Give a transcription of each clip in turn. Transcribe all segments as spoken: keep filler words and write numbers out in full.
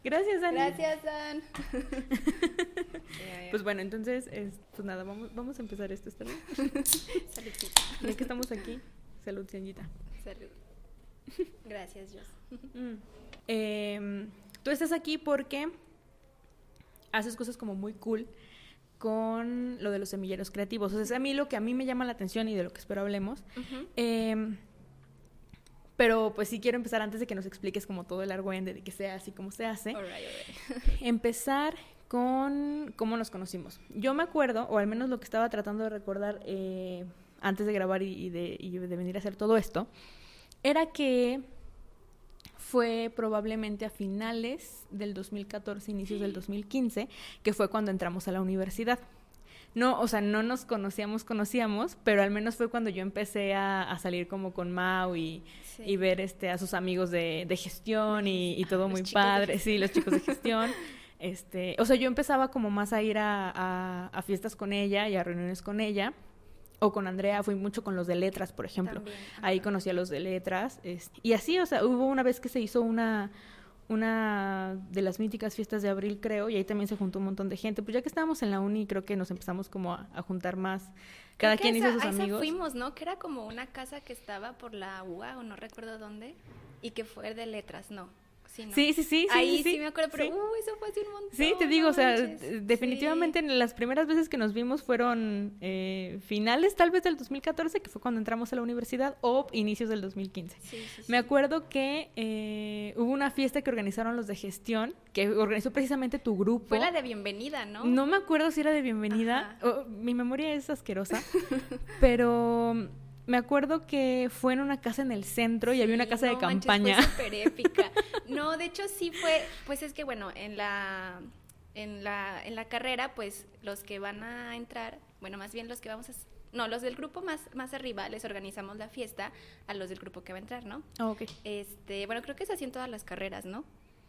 Gracias, Dani. Gracias, Dan. Pues bueno, entonces, es, pues nada, vamos, vamos a empezar esto, ¿está bien? Saludcita. Ya que estamos aquí, salud, Cianjita. Salud. Gracias, Jos. Mm. Eh, tú estás aquí porque haces cosas como muy cool con lo de los semilleros creativos. O sea, es a mí lo que a mí me llama la atención y de lo que espero hablemos. Uh-huh. Eh, pero pues sí quiero empezar antes de que nos expliques como todo el argüende de que sea así como se hace. All right, all right. Empezar con cómo nos conocimos. Yo me acuerdo, o al menos lo que estaba tratando de recordar eh, antes de grabar y, y, de, y de venir a hacer todo esto, era que fue probablemente a finales del dos mil catorce, inicios del dos mil quince, que fue cuando entramos a la universidad. No, o sea, no nos conocíamos, conocíamos, pero al menos fue cuando yo empecé a, a salir como con Mau y, sí. y ver este a sus amigos de, de gestión y, y todo ah, muy padre. Sí, los chicos de gestión. este, o sea, yo empezaba como más a ir a, a, a fiestas con ella y a reuniones con ella. O con Andrea, fui mucho con los de letras, por ejemplo. También, ahí conocí a los de letras. Es, y así, o sea, hubo una vez que se hizo una... una de las míticas fiestas de abril, creo, y ahí también se juntó un montón de gente. Pues ya que estábamos en la uni, creo que nos empezamos como a, a juntar más. Cada quien hizo sus a amigos. Esa fuimos, ¿no? Que era como una casa que estaba por la U A, o no recuerdo dónde, y que fue de letras, ¿no? Sí, ¿no? sí, sí, sí. Ahí sí, sí, sí me acuerdo, pero sí. uh, eso fue hace un montón. Sí, te digo, no o sea, manches. definitivamente sí. en las primeras veces que nos vimos fueron eh, finales tal vez del dos mil catorce, que fue cuando entramos a la universidad, o inicios del dos mil quince. Sí, sí, sí. Me acuerdo que eh, hubo una fiesta que organizaron los de gestión, que organizó precisamente tu grupo. Fue la de bienvenida, ¿no? No me acuerdo si era de bienvenida. Oh, mi memoria es asquerosa, pero... Me acuerdo que fue en una casa en el centro y sí, había una casa no, de campaña. Manches, fue súper épica. No, de hecho sí fue, pues es que bueno, en la, en la, en la carrera, pues los que van a entrar, bueno, más bien los que vamos a, no, los del grupo más, más arriba, les organizamos la fiesta a los del grupo que va a entrar, ¿no? Oh, ok. Este, bueno, creo que es así en todas las carreras, ¿no?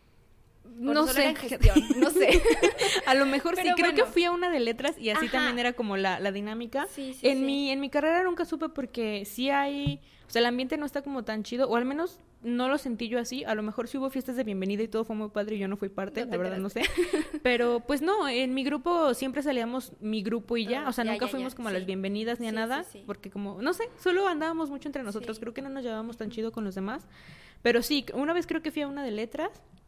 No sé. En gestión, no sé. A lo mejor Pero sí, creo bueno. que fui a una de letras y así Ajá. también era como la, la dinámica. Sí, sí, en sí. mi en mi carrera nunca supe porque sí hay, o sea, el ambiente no está como tan chido, o al menos no lo sentí yo así. A lo mejor sí hubo fiestas de bienvenida y todo fue muy padre y yo no fui parte, No la verdad quedaste. no sé. Pero pues no, en mi grupo siempre salíamos mi grupo y ya, Oh, o sea, ya, nunca ya, fuimos ya. como a Sí. las bienvenidas ni a Sí, nada, sí, sí. porque como, no sé, solo andábamos mucho entre nosotros, Sí. creo que no nos llevábamos tan chido con los demás. Pero sí, una vez creo que fui a una de letras.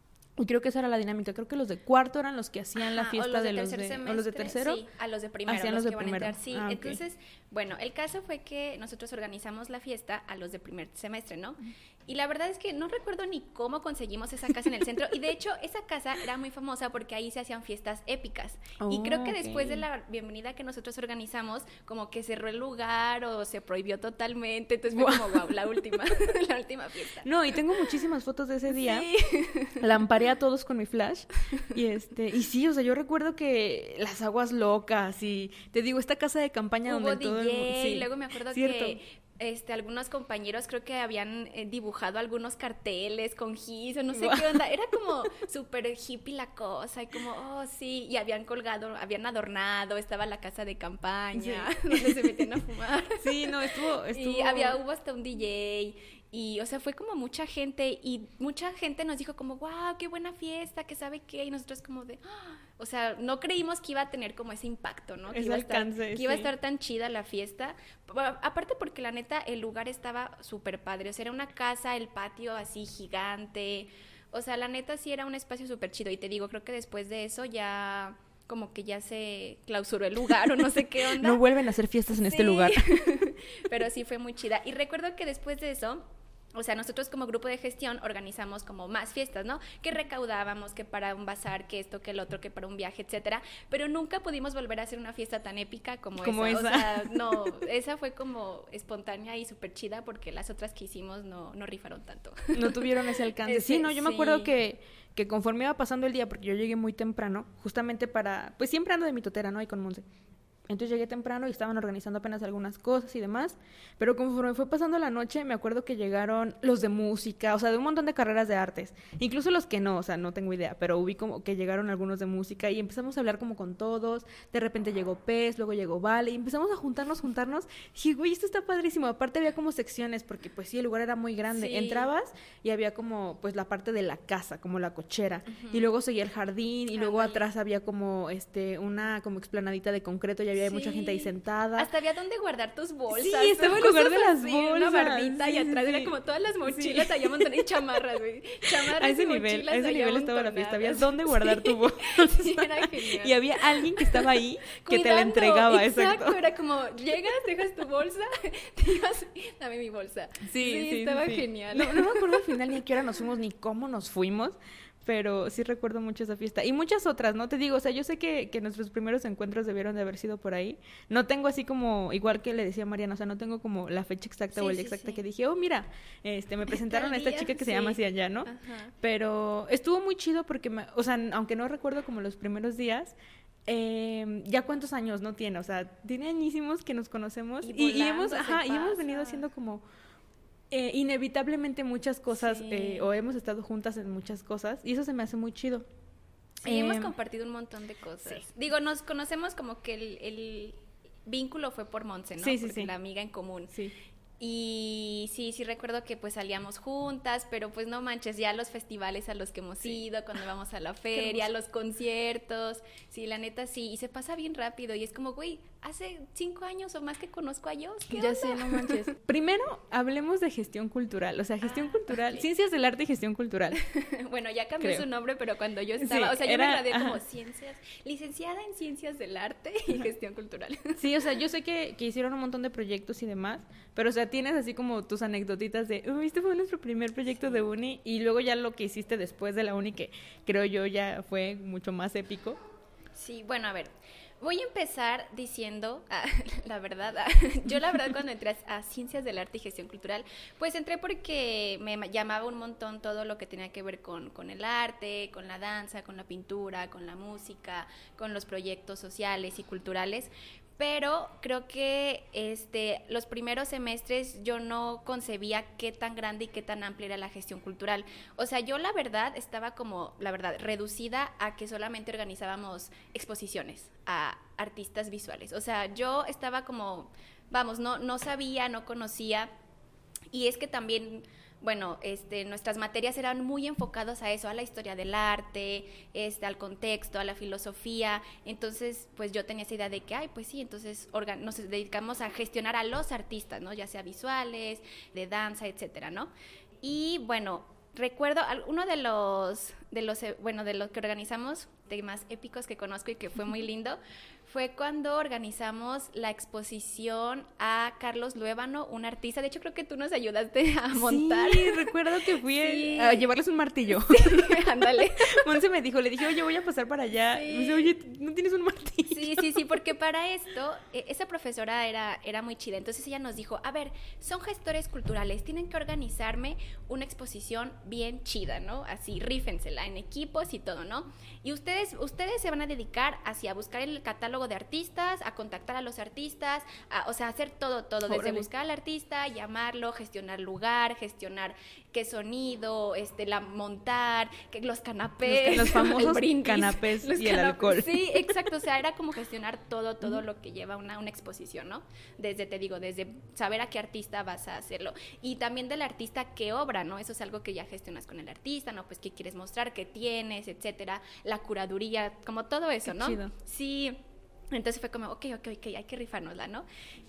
Y creo que esa era la dinámica. Creo que los de cuarto eran los que hacían Ajá, la fiesta o los de, de los tercer de... semestre, ¿O los de tercero? Sí, a los de primero, hacían los, los de que van primero. a entrar, sí. Ah, okay. Entonces, bueno, el caso fue que nosotros organizamos la fiesta a los de primer semestre, ¿no? Y la verdad es que no recuerdo ni cómo conseguimos esa casa en el centro. Y de hecho, esa casa era muy famosa porque ahí se hacían fiestas épicas. Oh, y creo que okay. después de la bienvenida que nosotros organizamos, como que cerró el lugar o se prohibió totalmente. Entonces fue como, wow, la última, la última fiesta. No, y tengo muchísimas fotos de ese día. Sí. Lamparé a todos con mi flash. Y este, y sí, o sea, yo recuerdo que las aguas locas y te digo, esta casa de campaña Hubo donde todo D J, el mundo... Sí, y luego me acuerdo cierto. que este, algunos compañeros creo que habían eh, dibujado algunos carteles con gis o no sé Wow. qué onda, era como súper hippie la cosa y como, oh sí, y habían colgado, habían adornado, estaba la casa de campaña, Sí. donde se metían a fumar. Sí, no, estuvo... estuvo... Y había, hubo hasta un D J. Y, o sea, fue como mucha gente y mucha gente nos dijo como, wow, qué buena fiesta, que sabe qué, y nosotros como de, ¡ah! O sea, no creímos que iba a tener como ese impacto, ¿no? Que, Ese iba a, estar, alcance, que iba a sí. estar tan chida la fiesta. Bueno, aparte porque la neta, el lugar estaba súper padre, o sea, era una casa, el patio así gigante, o sea, la neta sí era un espacio súper chido, y te digo, creo que después de eso ya... como que ya se clausuró el lugar o no sé qué onda. No vuelven a hacer fiestas en Sí. este lugar. Pero sí fue muy chida. Y recuerdo que después de eso, o sea, nosotros como grupo de gestión organizamos como más fiestas, ¿no? Que recaudábamos, que para un bazar, que esto, que el otro, que para un viaje, etcétera. Pero nunca pudimos volver a hacer una fiesta tan épica como, Como esa. esa. O sea, no, esa fue como espontánea y súper chida porque las otras que hicimos no, no rifaron tanto. No tuvieron ese alcance. Ese, sí, no, yo me sí. acuerdo que, que conforme iba pasando el día, porque yo llegué muy temprano, justamente para... Pues siempre ando de mitotera, ¿no? Ahí con Monse. Entonces llegué temprano y estaban organizando apenas algunas cosas y demás, pero conforme fue pasando la noche, me acuerdo que llegaron los de música, o sea, de un montón de carreras de artes, incluso los que no, o sea, no tengo idea, pero vi como que llegaron algunos de música y empezamos a hablar como con todos, de repente llegó Pez, luego llegó Vale, y empezamos a juntarnos, juntarnos, y dije, güey, esto está padrísimo, aparte había como secciones, porque pues sí, el lugar era muy grande, Sí. entrabas y había como pues la parte de la casa, como la cochera, Ujú. y luego seguía el jardín, y luego Ándale. atrás había como este una como explanadita de concreto y había Sí. mucha gente ahí sentada. Hasta había donde guardar tus bolsas. Sí, estaba el lugar de las así, Una bolsas. bardita Sí, y sí, atrás sí. era como todas las mochilas, había un montón de chamarras, güey. Chamarras A ese y nivel, mochilas a ese allá nivel estaba la fiesta, había amontonadas. dónde guardar tu bolsa. Sí, era genial. Y había alguien que estaba ahí que te la Cuidando, entregaba, exacto. exacto. Era como, llegas, dejas tu bolsa, te ibas, dame mi bolsa. Sí, sí, estaba sí. genial. No, no me acuerdo al final ni a qué hora nos fuimos ni cómo nos fuimos, pero sí recuerdo mucho esa fiesta. Y muchas otras, ¿no? Te digo, o sea, yo sé que, que nuestros primeros encuentros debieron de haber sido por ahí. No tengo así como, igual que le decía a Mariana, o sea, no tengo como la fecha exacta Sí, o el sí, exacta sí. que dije, oh, mira, este, me presentaron a esta día, chica que se sí. llama así allá, ¿no? Ajá. Pero estuvo muy chido porque, me, o sea, aunque no recuerdo como los primeros días, eh, ya cuántos años no tiene, o sea, tiene añísimos que nos conocemos Y y, y hemos, volando se ajá, y hemos pasa. venido haciendo como eh, inevitablemente muchas cosas Sí. eh, o hemos estado juntas en muchas cosas y eso se me hace muy chido. Sí, hemos Eh, compartido un montón de cosas. sí. Digo, nos conocemos como que el, el vínculo fue por Monse, ¿no? Sí, sí, Porque sí. la amiga en común. Sí. Y sí, sí recuerdo que pues salíamos juntas, pero pues no manches, ya los festivales a los que hemos ido, cuando vamos a la feria, los conciertos, sí, la neta sí, y se pasa bien rápido y es como, güey, hace cinco años o más que conozco a Jos, ¿qué Ya onda? sé, no manches. Primero, hablemos de gestión cultural, o sea, gestión Ah, cultural, ok. ciencias del arte y gestión cultural. Bueno, ya cambió Creo. su nombre, pero cuando yo estaba, Sí, o sea, yo era- me gradué como ajá. ciencias, licenciada en ciencias del arte y gestión cultural. Sí, o sea, yo sé que, que hicieron un montón de proyectos y demás, pero o sea, tienes así como tus anecdotitas de, uy, este fue nuestro primer proyecto de uni y luego ya lo que hiciste después de la uni, que creo yo ya fue mucho más épico. Sí, bueno, a ver, voy a empezar diciendo, ah, la verdad, ah, yo la verdad cuando entré a, a Ciencias del Arte y Gestión Cultural, pues entré porque me ma- llamaba un montón todo lo que tenía que ver con, con el arte, con la danza, con la pintura, con la música, con los proyectos sociales y culturales. Pero creo que este, los primeros semestres yo no concebía qué tan grande y qué tan amplia era la gestión cultural. O sea, yo la verdad estaba como, la verdad, reducida a que solamente organizábamos exposiciones a artistas visuales. O sea, yo estaba como, vamos, no, no sabía, no conocía. Y es que también, bueno, este, nuestras materias eran muy enfocadas a eso, a la historia del arte, este, al contexto, a la filosofía. Entonces, pues yo tenía esa idea de que, ay, pues sí, entonces organ- nos dedicamos a gestionar a los artistas, ¿no? Ya sea visuales, de danza, etcétera, ¿no? Y bueno, recuerdo al- uno de los, de los, eh, bueno, de los que organizamos, de más épicos que conozco y que fue muy lindo, fue cuando organizamos la exposición a Carlos Luébano, un artista. De hecho, creo que tú nos ayudaste a montar. Sí, recuerdo que fui Sí. a llevarles un martillo. Ándale. Monse me dijo, le dije, oye, voy a pasar para allá. Sí. Me dice, oye, ¿no tienes un martillo? Sí, sí, sí, porque para esto, eh, esa profesora era, era muy chida. Entonces ella nos dijo, a ver, son gestores culturales, tienen que organizarme una exposición bien chida, ¿no? Así, rífensela en equipos y todo, ¿no? Y ustedes, ustedes se van a dedicar hacia buscar el catálogo de artistas, a contactar a los artistas, a, o sea, hacer todo, todo, desde Órale. buscar al artista, llamarlo, gestionar lugar, gestionar qué sonido, este, la montar, que los canapés, Los- los famosos el brindis, canapés los y el alcohol. Sí, exacto, o sea, era como gestionar todo, todo lo que lleva una, una exposición, ¿no? Desde, te digo, desde saber a qué artista vas a hacerlo y también del artista qué obra, ¿no? Eso es algo que ya gestionas con el artista, ¿no? Pues qué quieres mostrar, qué tienes, etcétera, la curaduría, como todo eso, Qué ¿no? chido. Sí. Entonces fue como, ok, ok, ok, hay que rifárnosla, ¿no?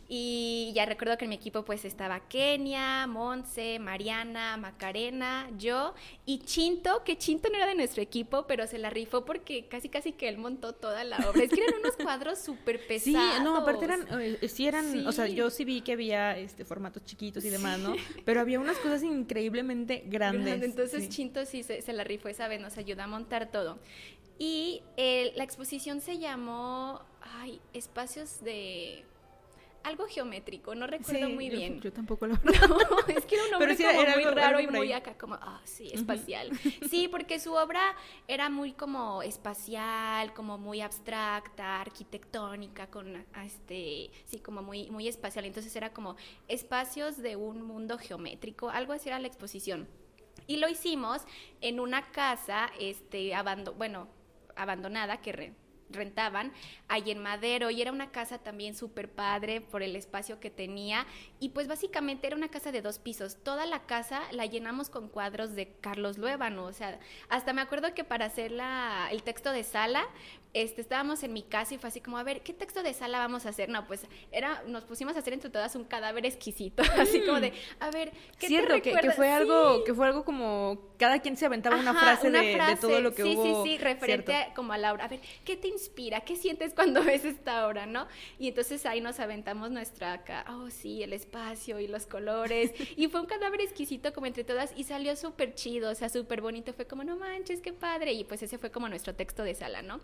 Y ya recuerdo que en mi equipo pues estaba Kenia, Monse, Mariana, Macarena, yo y Chinto, que Chinto no era de nuestro equipo, pero se la rifó porque casi casi que él montó toda la obra. Es que eran unos cuadros súper Sí, pesados. no, aparte eran, eh, sí eran, Sí. o sea, yo sí vi que había este formatos chiquitos y demás, ¿no? Pero había unas cosas increíblemente grandes. Grande. Entonces sí. Chinto sí se, se la rifó esa vez, nos ayudó a montar todo. Y eh, la exposición se llamó, ay, espacios de... algo geométrico, no recuerdo sí, muy yo, bien. Yo tampoco lo recuerdo. No, es que era un nombre sí, como era muy algo, raro algo y muy acá, como, ah, oh, sí, espacial. Uh-huh. Sí, porque su obra era muy como espacial, como muy abstracta, arquitectónica, con, este, sí, como muy, muy espacial. Entonces era como espacios de un mundo geométrico, algo así era la exposición. Y lo hicimos en una casa, este, abando- bueno, abandonada, que re- rentaban ahí en Madero, y era una casa también súper padre por el espacio que tenía, y pues básicamente era una casa de dos pisos. Toda la casa la llenamos con cuadros de Carlos Luébano, o sea, hasta me acuerdo que para hacer la, el texto de sala, este, estábamos en mi casa y fue así como, a ver, ¿qué texto de sala vamos a hacer? No, pues era, nos pusimos a hacer entre todas un cadáver exquisito, mm. así como de, a ver, ¿qué Cierto, te recuerda? que, que fue sí. algo, que fue algo como, cada quien se aventaba Ajá, una, frase, una de, frase de todo lo que sí, hubo. Sí, sí, sí, referente a, como a la obra. A ver, ¿qué te inspira? ¿Qué sientes cuando ves esta obra, no? Y entonces ahí nos aventamos nuestra acá, oh sí, el espacio y los colores, y fue un cadáver exquisito como entre todas, y salió súper chido, o sea, súper bonito, fue como, no manches, qué padre, y pues ese fue como nuestro texto de sala, ¿no?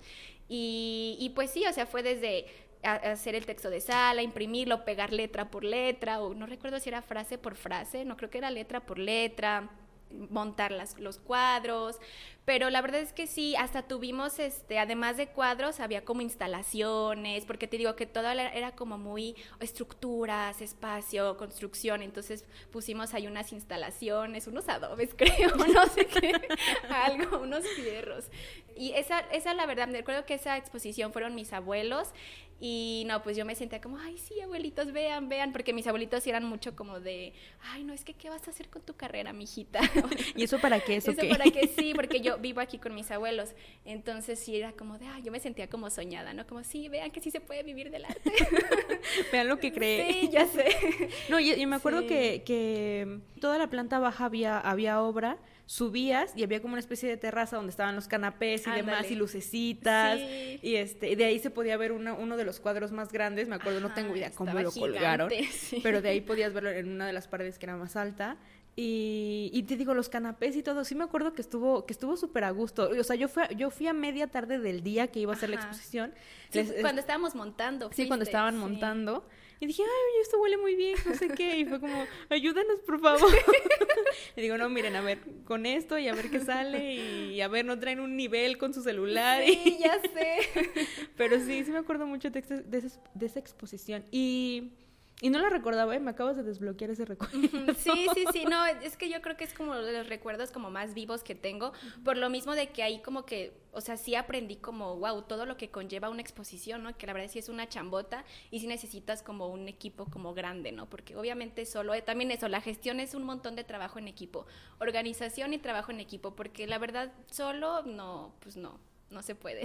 Y, y pues sí, o sea, fue desde a, a hacer el texto de sala, imprimirlo, pegar letra por letra, o no recuerdo si era frase por frase, no creo que era letra por letra, montar las, los cuadros, pero la verdad es que sí, hasta tuvimos, este, además de cuadros, había como instalaciones, porque te digo que todo era como muy estructuras, espacio, construcción, entonces pusimos ahí unas instalaciones, unos adobes creo, no sé qué, algo, unos fierros, y esa, esa la verdad, me recuerdo que esa exposición fueron mis abuelos, y no, pues yo me sentía como, ay, sí, abuelitos, vean, vean, porque mis abuelitos eran mucho como de, ay, no, es que, ¿qué vas a hacer con tu carrera, mijita? ¿Y eso para qué? ¿Eso, eso qué? para qué, sí, porque yo vivo aquí con mis abuelos, entonces sí era como de, ay, yo me sentía como soñada, ¿no? Como, sí, vean que sí se puede vivir del arte. Vean lo que cree. Sí, ya sé. No, y, y me acuerdo sí. que, que toda la planta baja había, había obra, subías y había como una especie de terraza donde estaban los canapés y Ándale. demás y lucecitas sí. y este de ahí se podía ver una, uno de los cuadros más grandes, me acuerdo, Ajá, no tengo idea cómo lo gigante, colgaron, sí. pero de ahí podías verlo en una de las paredes que era más alta. Y, y te digo, los canapés y todo, sí me acuerdo que estuvo que estuvo súper a gusto. O sea, yo fui, a, yo fui a media tarde del día que iba a hacer Ajá. la exposición. Sí, Les, cuando estábamos montando. Sí, fuiste, cuando estaban sí. montando. Y dije, ay, esto huele muy bien, no sé qué. Y fue como, ayúdanos, por favor. Y digo, no, miren, a ver, con esto y a ver qué sale. Y a ver, no traen un nivel con su celular. Sí, y... ya sé. Pero sí, sí me acuerdo mucho de, de, esa, de esa exposición. Y... Y no la recordaba, ¿eh? Me acabas de desbloquear ese recuerdo. Sí, sí, sí, no, es que yo creo que es como de los recuerdos como más vivos que tengo, por lo mismo de que ahí como que, o sea, sí aprendí como, wow, todo lo que conlleva una exposición, ¿no? Que la verdad sí es una chambota y sí necesitas como un equipo como grande, ¿no? Porque obviamente solo, eh, también eso, la gestión es un montón de trabajo en equipo, organización y trabajo en equipo, porque la verdad solo, no, pues no, no se puede.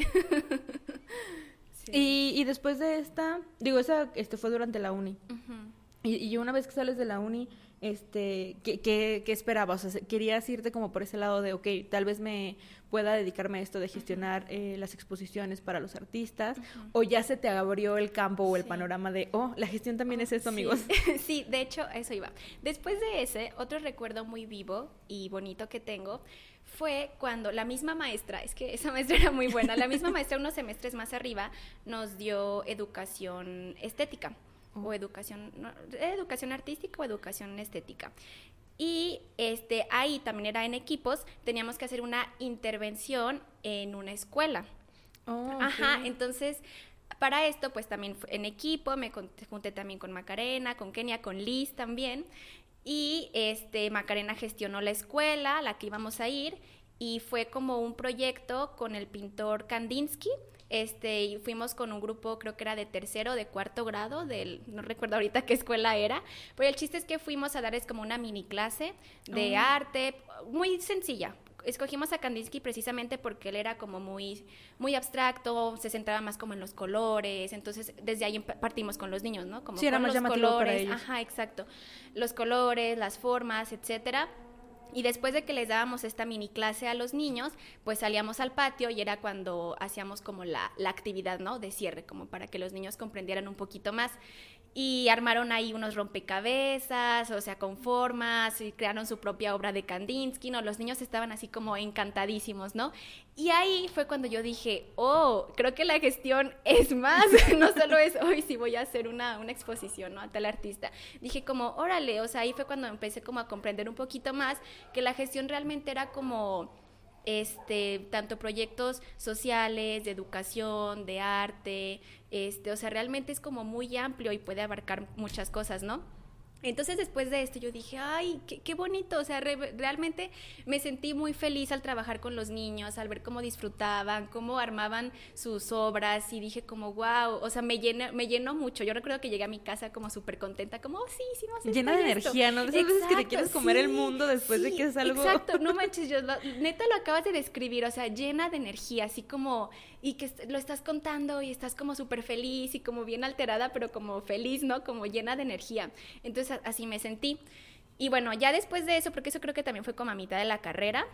Sí. Y, y después de esta, digo, esa este fue durante la uni. Uh-huh. Y, y una vez que sales de la uni, este, ¿qué, qué, qué esperabas? O sea, ¿querías irte como por ese lado de, ok, tal vez me pueda dedicarme a esto de gestionar uh-huh. eh, las exposiciones para los artistas? Uh-huh. ¿O ya se te abrió el campo o el sí. panorama de, oh, la gestión también oh, es eso, sí. amigos? Sí, de hecho, eso iba. Después de ese, otro recuerdo muy vivo y bonito que tengo fue cuando la misma maestra, es que esa maestra era muy buena, la misma maestra unos semestres más arriba nos dio educación estética oh. o educación, no, educación artística o educación estética. Y este ahí también era en equipos, teníamos que hacer una intervención en una escuela. Oh, okay. Ajá, entonces para esto pues también en equipo, me junté también con Macarena, con Kenia, con Liz también. Y este Macarena gestionó la escuela a la que íbamos a ir y fue como un proyecto con el pintor Kandinsky. Este, y fuimos con un grupo, creo que era de tercero, de cuarto grado, del, no recuerdo ahorita qué escuela era, pero el chiste es que fuimos a darles como una mini clase de oh. arte, muy sencilla. Escogimos a Kandinsky precisamente porque él era como muy, muy abstracto, se centraba más como en los colores, entonces desde ahí partimos con los niños, ¿no? Como sí, era con más los llamativo colores, para ellos. Ajá, exacto. Los colores, las formas, etcétera. Y después de que les dábamos esta mini clase a los niños, pues salíamos al patio y era cuando hacíamos como la, la actividad, ¿no? De cierre, como para que los niños comprendieran un poquito más. y armaron ahí unos rompecabezas, o sea, con formas, y crearon su propia obra de Kandinsky, ¿no? Los niños estaban así como encantadísimos, ¿no? Y ahí fue cuando yo dije, oh, creo que la gestión es más, no solo es, hoy sí voy a hacer una, una exposición, ¿no? A tal artista. Dije como, órale, o sea, ahí fue cuando empecé como a comprender un poquito más que la gestión realmente era como... este, tanto proyectos sociales, de educación, de arte, este, o sea, realmente es como muy amplio y puede abarcar muchas cosas, ¿no? Entonces después de esto yo dije, ay, qué, qué bonito, o sea, re, realmente me sentí muy feliz al trabajar con los niños, al ver cómo disfrutaban, cómo armaban sus obras y dije como, wow, o sea, me llenó, me llenó mucho. Yo recuerdo que llegué a mi casa como súper contenta, como, oh, sí, hicimos esto. Llena de esto. Energía, ¿no? De esas exacto, veces que te quieres comer sí, el mundo después sí, de que es algo... Exacto, no manches, yo, lo, neta lo acabas de describir, o sea, llena de energía, así como, y que lo estás contando y estás como súper feliz y como bien alterada, pero como feliz, ¿no? Como llena de energía. Entonces, así me sentí. Y bueno, ya después de eso, porque eso creo que también fue como a mitad de la carrera,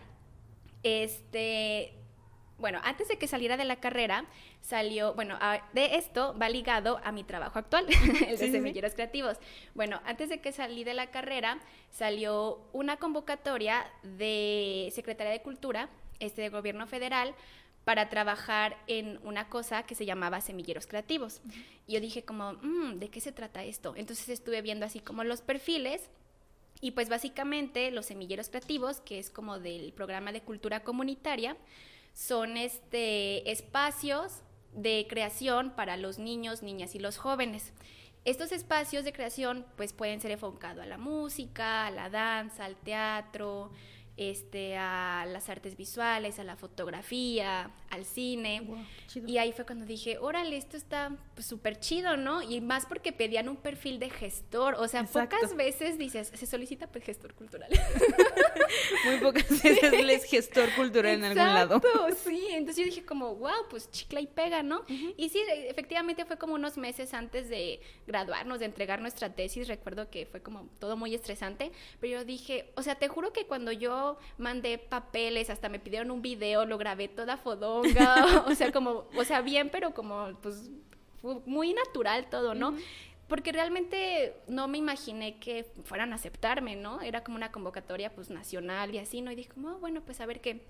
este, bueno, antes de que saliera de la carrera, salió, bueno, a, de esto va ligado a mi trabajo actual, el de sí, Semilleros sí. Creativos. Bueno, antes de que salí de la carrera, salió una convocatoria de Secretaría de Cultura, este, de Gobierno Federal, para trabajar en una cosa que se llamaba Semilleros Creativos. Uh-huh. Y yo dije como, mmm, ¿de qué se trata esto? Entonces estuve viendo así como los perfiles y pues básicamente los Semilleros Creativos, que es como del programa de cultura comunitaria, son este, espacios de creación para los niños, niñas y los jóvenes. Estos espacios de creación pues pueden ser enfocados a la música, a la danza, al teatro, este, a las artes visuales, a la fotografía, al cine. Wow, y ahí fue cuando dije, órale, esto está súper pues, chido, ¿no? Y más porque pedían un perfil de gestor, o sea, exacto. Pocas veces dices, se solicita pues gestor cultural. Muy pocas veces les gestor cultural en algún lado. Exacto, sí, entonces yo dije como, wow, pues chicla y pega, ¿no? Uh-huh. Y sí, efectivamente fue como unos meses antes de graduarnos, de entregar nuestra tesis, recuerdo que fue como todo muy estresante, pero yo dije, o sea, te juro que cuando yo mandé papeles, hasta me pidieron un video, lo grabé toda fodonga, o sea, como, o sea, bien, pero como, pues, muy natural todo, ¿no? Uh-huh. Porque realmente no me imaginé que fueran a aceptarme, ¿no? Era como una convocatoria, pues, nacional y así, ¿no? Y dije, oh, bueno, pues, a ver qué.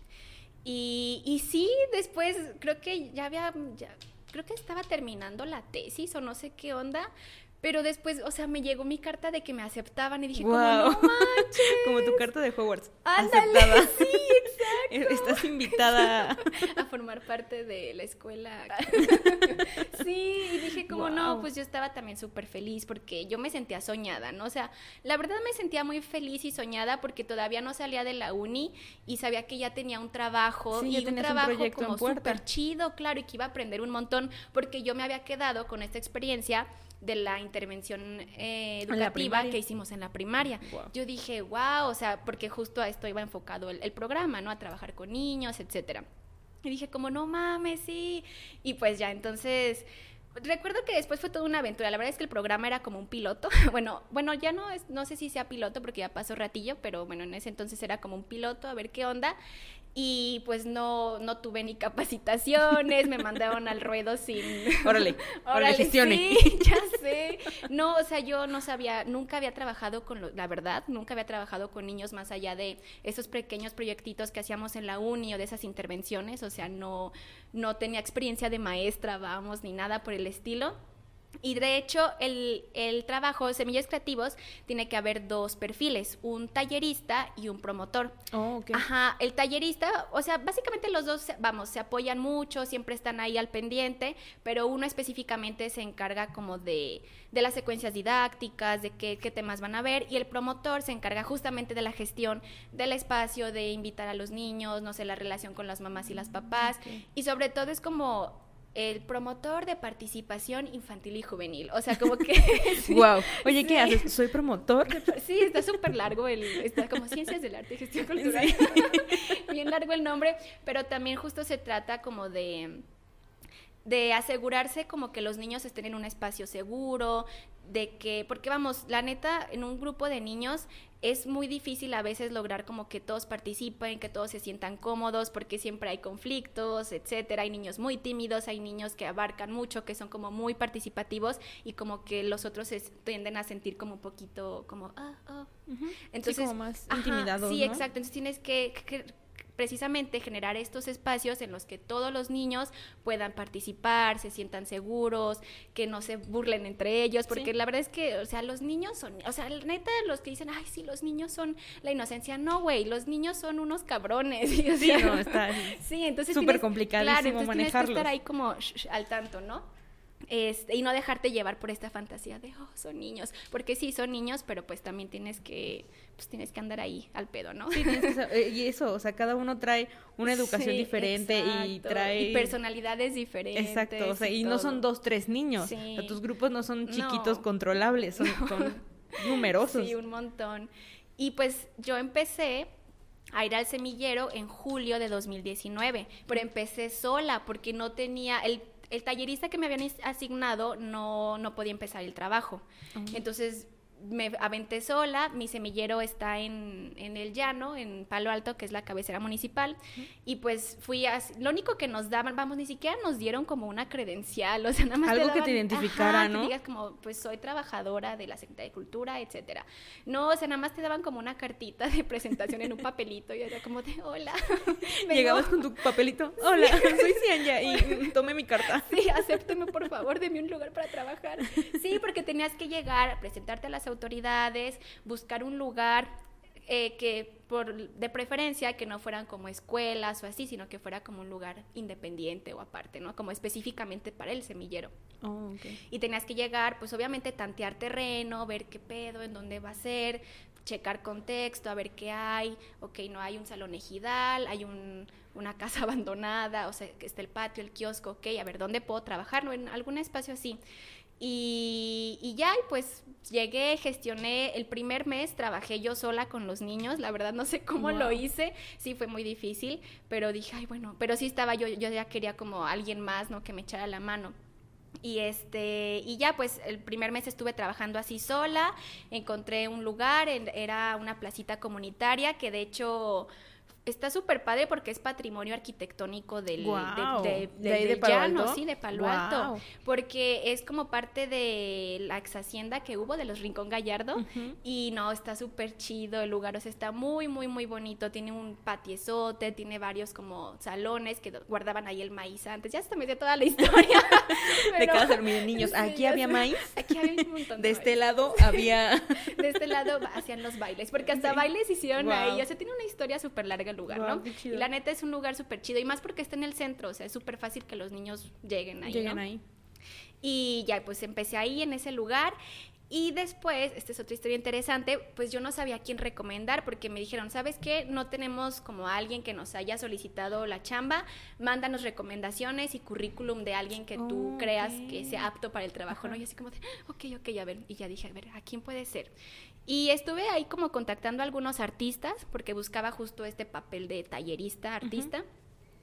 Y, y sí, después, creo que ya había, ya, creo que estaba terminando la tesis o no sé qué onda. Pero después, o sea, me llegó mi carta de que me aceptaban y dije, wow. Como, no manches. Como tu carta de Hogwarts. Ándale, aceptada. Sí, exacto. Estás invitada a formar parte de la escuela. Sí, y dije como, wow. No, pues yo estaba también súper feliz porque yo me sentía soñada, ¿no? O sea, la verdad me sentía muy feliz y soñada porque todavía no salía de la uni y sabía que ya tenía un trabajo sí, y un trabajo un como súper chido, claro, y que iba a aprender un montón porque yo me había quedado con esta experiencia de la intervención eh, educativa que hicimos en la primaria. Wow. Yo dije, wow, o sea, porque justo a esto iba enfocado el, el programa, ¿no? A trabajar con niños, etcétera. Y dije como, no mames, sí. Y pues ya, entonces... Recuerdo que después fue toda una aventura. La verdad es que el programa era como un piloto. Bueno, bueno, ya no es, no sé si sea piloto porque ya pasó ratillo, pero bueno, en ese entonces era como un piloto, a ver qué onda. Y pues no, no tuve ni capacitaciones, me mandaron al ruedo sin... Órale, órale, gestione. Sí, ya sé. No, o sea, yo no sabía, nunca había trabajado con, lo, la verdad, nunca había trabajado con niños más allá de esos pequeños proyectitos que hacíamos en la uni o de esas intervenciones, o sea, no, no tenía experiencia de maestra, vamos, ni nada por el estilo. Y de hecho, el, el trabajo de Semilleros Creativos tiene que haber dos perfiles, un tallerista y un promotor. Oh, okay. Ajá, el tallerista, o sea, básicamente los dos, vamos, se apoyan mucho, siempre están ahí al pendiente, pero uno específicamente se encarga como de, de las secuencias didácticas, de qué, qué temas van a ver, y el promotor se encarga justamente de la gestión del espacio, de invitar a los niños, no sé, la relación con las mamás y las papás, okay. Y sobre todo es como... el promotor de participación infantil y juvenil, o sea, como que... Sí, wow, oye, ¿qué sí. haces? ¿Soy promotor? Sí, está súper largo, el, está como Ciencias del Arte y Gestión Cultural, sí. Bien largo el nombre, pero también justo se trata como de... de asegurarse como que los niños estén en un espacio seguro, de que, porque vamos, la neta, en un grupo de niños es muy difícil a veces lograr como que todos participen, que todos se sientan cómodos, porque siempre hay conflictos, etcétera. Hay niños muy tímidos, hay niños que abarcan mucho, que son como muy participativos y como que los otros se tienden a sentir como un poquito como, ah, ah. Uh-huh. Entonces, sí, como más ajá, intimidados, sí, ¿no? exacto. Entonces tienes que, que precisamente generar estos espacios en los que todos los niños puedan participar, se sientan seguros, que no se burlen entre ellos, porque sí. La verdad es que, o sea, los niños son, o sea, neta, los que dicen, ay, sí, los niños son la inocencia, no, güey, los niños son unos cabrones. Y, o sea, sí, no, está sí, entonces súper complicadísimo claro, entonces manejarlos. Tienes que estar ahí como sh, sh, al tanto, ¿no? Este, y no dejarte llevar por esta fantasía de, oh, son niños, porque sí, son niños, pero pues también tienes que, pues tienes que andar ahí al pedo, ¿no? Sí, tienes que, y eso, o sea, cada uno trae una educación sí, diferente exacto. y trae... Y personalidades diferentes. Exacto, o sea, y, y no son dos, tres niños, sí. O sea, tus grupos no son chiquitos no. controlables, son, no. son numerosos. Sí, un montón. Y pues yo empecé a ir al semillero en julio de dos mil diecinueve, pero empecé sola porque no tenía... el El tallerista que me habían asignado no, no podía empezar el trabajo. Uh-huh. Entonces me aventé sola, mi semillero está en, en el llano, en Palo Alto, que es la cabecera municipal, uh-huh. Y pues fui a... Lo único que nos daban, vamos, ni siquiera nos dieron como una credencial, o sea, nada más algo te daban, que te identificara, ajá, ¿no? Que digas como, pues soy trabajadora de la Secretaría de Cultura, etcétera. No, o sea, nada más te daban como una cartita de presentación en un papelito, y era como de, hola. Llegabas con tu papelito, hola, sí. Soy Cianya, y tomé mi carta. Sí, acépteme, por favor, deme un lugar para trabajar. Sí, porque tenías que llegar, presentarte a las autoridades, buscar un lugar eh, que por de preferencia que no fueran como escuelas o así, sino que fuera como un lugar independiente o aparte, ¿no? Como específicamente para el semillero. Oh, okay. Y tenías que llegar, pues obviamente tantear terreno, ver qué pedo, en dónde va a ser, checar contexto, a ver qué hay. Ok, no hay un salón ejidal, hay un, una casa abandonada, o sea, que está el patio, el kiosco, ok, a ver, ¿dónde puedo trabajar? ¿No? En algún espacio así. Y, y ya, y pues llegué, gestioné, el primer mes trabajé yo sola con los niños, la verdad no sé cómo wow. lo hice, sí fue muy difícil, pero dije, ay bueno, pero sí estaba yo, yo ya quería como alguien más, ¿no? Que me echara la mano. Y este y ya pues el primer mes estuve trabajando así sola, encontré un lugar, era una placita comunitaria que de hecho está súper padre porque es patrimonio arquitectónico del, wow. de, de, de, de, de del Palo llano, Alto. Sí, de Palo wow. Alto, porque es como parte de la ex hacienda que hubo de los Rincón Gallardo, uh-huh. Y no, está súper chido el lugar, o sea, está muy, muy, muy bonito, tiene un patiezote, tiene varios como salones que guardaban ahí el maíz antes, ya hasta me dio toda la historia. Pero, de cada miren niños, aquí sí, había maíz, aquí había un montón de, de este maíz. lado había... De este lado hacían los bailes, porque hasta sí. bailes hicieron wow. ahí, o sea, tiene una historia súper larga el lugar, wow, ¿no? Y la neta es un lugar súper chido, y más porque está en el centro, o sea, es súper fácil que los niños lleguen ahí, Lleguen ¿no? ahí. Y ya, pues empecé ahí en ese lugar, y después, esta es otra historia interesante, pues yo no sabía a quién recomendar, porque me dijeron, ¿sabes qué? No tenemos como a alguien que nos haya solicitado la chamba, mándanos recomendaciones y currículum de alguien que tú oh, creas okay. que sea apto para el trabajo, ajá. ¿no? Y así como de, ok, ok, a ver, y ya dije, a ver, ¿a quién puede ser? Y estuve ahí como contactando a algunos artistas, porque buscaba justo este papel de tallerista, artista. Uh-huh.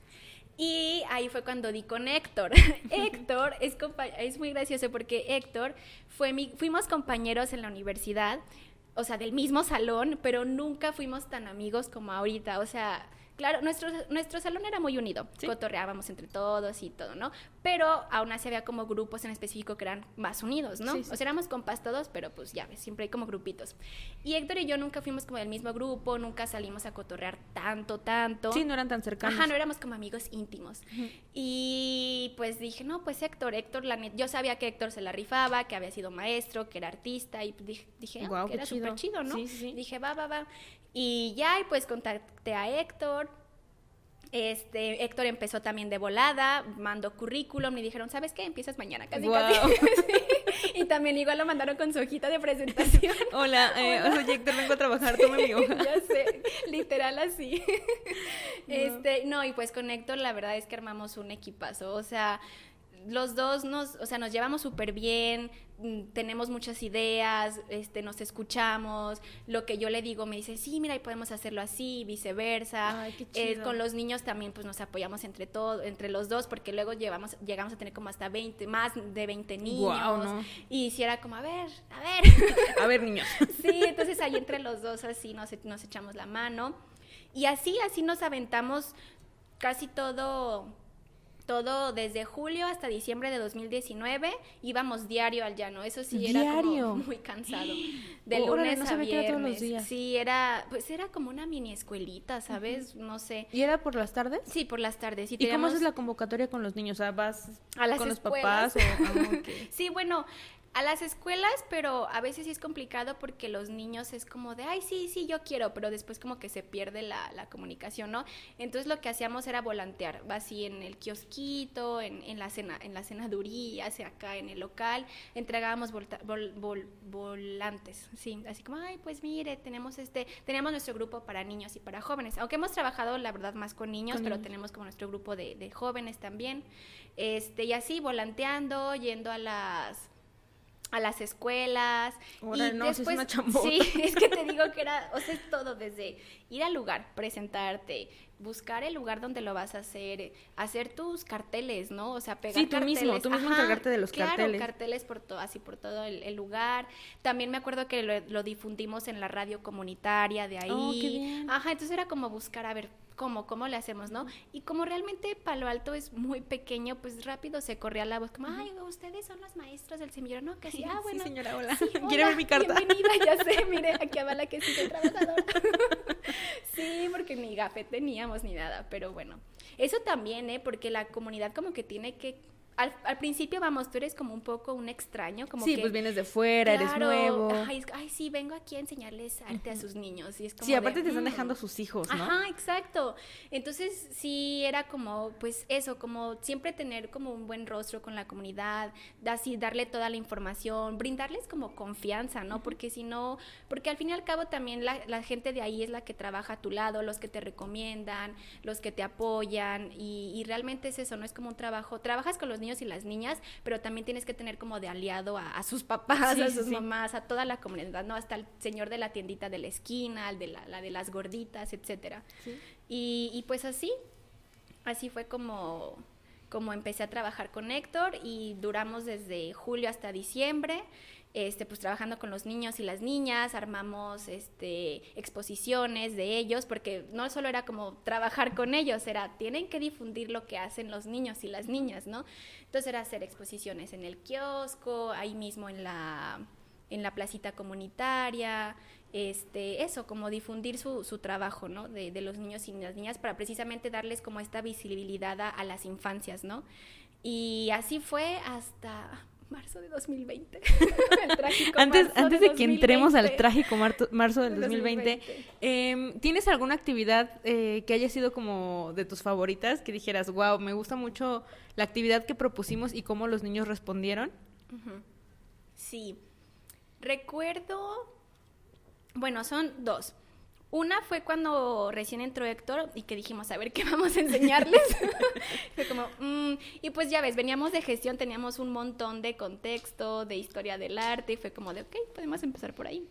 Y ahí fue cuando di con Héctor. Héctor es, compa- es muy gracioso porque Héctor fue mi, fuimos compañeros en la universidad, o sea, del mismo salón, pero nunca fuimos tan amigos como ahorita, o sea... Claro, nuestro, nuestro salón era muy unido, ¿sí? Cotorreábamos entre todos y todo, ¿no? Pero aún así había como grupos en específico que eran más unidos, ¿no? Sí, sí. O sea, éramos compas todos, pero pues ya ves, siempre hay como grupitos. Y Héctor y yo nunca fuimos como del mismo grupo, nunca salimos a cotorrear tanto, tanto. Sí, no eran tan cercanos. Ajá, no éramos como amigos íntimos. Uh-huh. Y pues dije, no, pues Héctor, Héctor, la net... yo sabía que Héctor se la rifaba, que había sido maestro, que era artista, y dije, dije wow, oh, que era súper chido, ¿no? Sí, sí, sí. Dije, va, va, va. Y ya, y pues contacté a Héctor. Este, Héctor empezó también de volada, mandó currículum, me dijeron, ¿sabes qué? Empiezas mañana, casi, wow. casi. Sí. Y también igual lo mandaron con su hojita de presentación. Hola, eh, Hola. Oye, Héctor, vengo a trabajar, tome mi hoja. Ya sé, literal así. Wow. Este, no, y pues con Héctor la verdad es que armamos un equipazo, o sea... los dos nos, o sea, nos llevamos súper bien, tenemos muchas ideas, este, nos escuchamos, lo que yo le digo me dice, sí, mira, y podemos hacerlo así, viceversa. Ay, qué chido. Eh, con los niños también pues nos apoyamos entre todos, entre los dos, porque luego llevamos, llegamos a tener como hasta veinte, más de veinte niños. Guau, ¿no? Y si era como, a ver, a ver. A ver, niños. Sí, entonces ahí entre los dos así nos, nos echamos la mano. Y así, así nos aventamos casi todo... Todo desde julio hasta diciembre de dos mil diecinueve íbamos diario al llano. Eso sí era ¿Diario? como muy cansado. De Órale, lunes no a sabía que era viernes. todos los días. Sí, era pues era como una mini escuelita, ¿sabes? Uh-huh. No sé. ¿Y era por las tardes? Sí, por las tardes. ¿Y, ¿Y cómo haces la convocatoria con los niños? O sea, ¿vas a las con escuelas? los papás? O... Ah, okay. Sí, bueno, a las escuelas, pero a veces sí es complicado porque los niños es como de, ay, sí, sí, yo quiero, pero después como que se pierde la, la comunicación, ¿no? Entonces lo que hacíamos era volantear, así en el kiosquito, en, en, la, cena, en la cenaduría, hacia acá en el local, entregábamos volta, vol, vol, volantes, sí, así como, ay, pues mire, tenemos este, teníamos nuestro grupo para niños y para jóvenes, aunque hemos trabajado, la verdad, más con niños, con pero niños. Tenemos como nuestro grupo de, de jóvenes también, este, y así volanteando, yendo a las... a las escuelas. Ahora, y no, después, si es una chambota. Sí, es que te digo que era, o sea, es todo desde ir al lugar, presentarte, buscar el lugar donde lo vas a hacer, hacer tus carteles, ¿no? O sea, pegar sí, tú carteles. mismo, tú mismo encargarte de los claro, carteles. carteles por todo, así por todo el, el lugar. También me acuerdo que lo, lo difundimos en la radio comunitaria de ahí. Oh, qué bien. Ajá, entonces era como buscar, a ver, cómo, cómo le hacemos, ¿no? Y como realmente Palo Alto es muy pequeño, pues rápido se corría la voz, como, ay, ustedes son los maestros del semillero, ¿no? Que sí, ah, bueno. Sí, señora, hola. Sí, hola, ¿Quiere ver mi carta? Bienvenida, ya sé, mire, aquí avala que sí soy trabajadora. Sí, porque ni gafet teníamos ni nada, pero bueno. Eso también, ¿eh? Porque la comunidad como que tiene que... Al, al principio, vamos, tú eres como un poco un extraño, como sí, que... pues vienes de fuera, claro, eres nuevo. Ay, ay, sí, vengo aquí a enseñarles arte a sus niños. Y es como sí, aparte de, te están mm. dejando sus hijos, ¿no? Ajá, exacto. Entonces, sí, era como, pues eso, como siempre tener como un buen rostro con la comunidad, así, darle toda la información, brindarles como confianza, ¿no? Uh-huh. Porque si no, porque al fin y al cabo también la, la gente de ahí es la que trabaja a tu lado, los que te recomiendan, los que te apoyan, y, y realmente es eso, no es como un trabajo, trabajas con los niños y las niñas, pero también tienes que tener como de aliado a, a sus papás, sí, a sus sí, mamás, a toda la comunidad, ¿no? Hasta el señor de la tiendita de la esquina, el de la, la de las gorditas, etcétera. Sí. Y, y pues así, así fue como, como empecé a trabajar con Héctor y duramos desde julio hasta diciembre. Este, pues trabajando con los niños y las niñas, armamos este, exposiciones de ellos, porque no solo era como trabajar con ellos, era, tienen que difundir lo que hacen los niños y las niñas, ¿no? Entonces era hacer exposiciones en el kiosco, ahí mismo en la, en la placita comunitaria, este, eso, como difundir su, su trabajo, ¿no? De, de los niños y las niñas, para precisamente darles como esta visibilidad a, a las infancias, ¿no? Y así fue hasta... marzo de dos mil veinte. El trágico antes marzo antes de, de que entremos al trágico marzo, marzo del dos mil veinte, eh, ¿tienes alguna actividad eh, que haya sido como de tus favoritas? Que dijeras, wow, me gusta mucho la actividad que propusimos y cómo los niños respondieron. Uh-huh. Sí. Recuerdo... Bueno, son dos. Una fue cuando recién entró Héctor y que dijimos, a ver, ¿qué vamos a enseñarles? Fue como, mmm, y pues ya ves, veníamos de gestión, teníamos un montón de contexto, de historia del arte, y fue como de, ok, podemos empezar por ahí.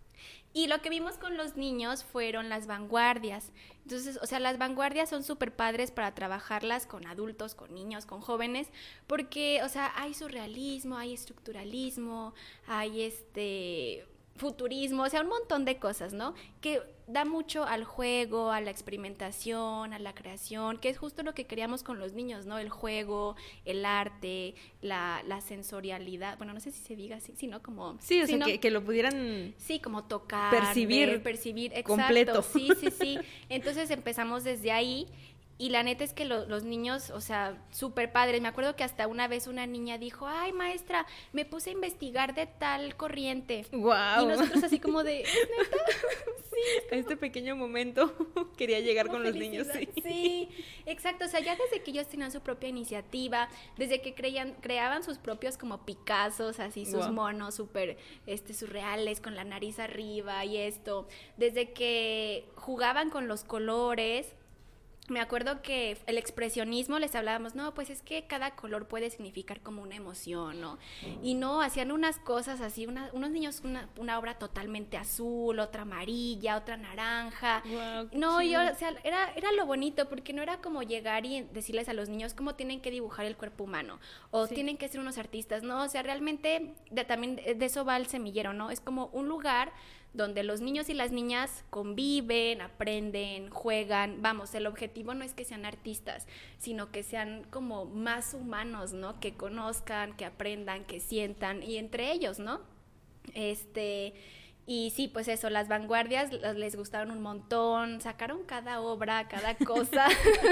Y lo que vimos con los niños fueron las vanguardias. Entonces, o sea, las vanguardias son súper padres para trabajarlas con adultos, con niños, con jóvenes, porque, o sea, hay surrealismo, hay estructuralismo, hay este... futurismo, o sea, un montón de cosas, ¿no? Que da mucho al juego, a la experimentación, a la creación, que es justo lo que queríamos con los niños, ¿no? El juego, el arte, la, la sensorialidad, bueno, no sé si se diga así, sino como... Sí, o sea, sino, que, que lo pudieran... Sí, como tocar, percibir, ver, percibir, exacto, completo. Sí, sí, sí. Entonces empezamos desde ahí. Y la neta es que lo, los niños, o sea, súper padres. Me acuerdo que hasta una vez una niña dijo, ay, maestra, me puse a investigar de tal corriente. Wow. Y nosotros así como de, ¿neta? Sí. A este pequeño momento quería llegar con felicidad. Los niños. Sí. Sí, exacto. O sea, ya desde que ellos tenían su propia iniciativa, desde que creían, creaban sus propios como Picassos, así sus wow. monos súper este, surreales, con la nariz arriba y esto. Desde que jugaban con los colores... me acuerdo que el expresionismo les hablábamos, no, pues es que cada color puede significar como una emoción, ¿no? Y no, hacían unas cosas así, una, unos niños, una, una obra totalmente azul, otra amarilla, otra naranja. Wow, no, yo, o sea, era, era lo bonito, porque no era como llegar y decirles a los niños cómo tienen que dibujar el cuerpo humano, o sí. tienen que ser unos artistas, ¿no? O sea, realmente de, también de eso va el semillero, ¿no? Es como un lugar donde los niños y las niñas conviven, aprenden, juegan. Vamos, el objetivo no es que sean artistas, sino que sean como más humanos, ¿no? Que conozcan, que aprendan, que sientan, y entre ellos, ¿no? Este... Y sí, pues eso, las vanguardias les gustaron un montón, sacaron cada obra, cada cosa.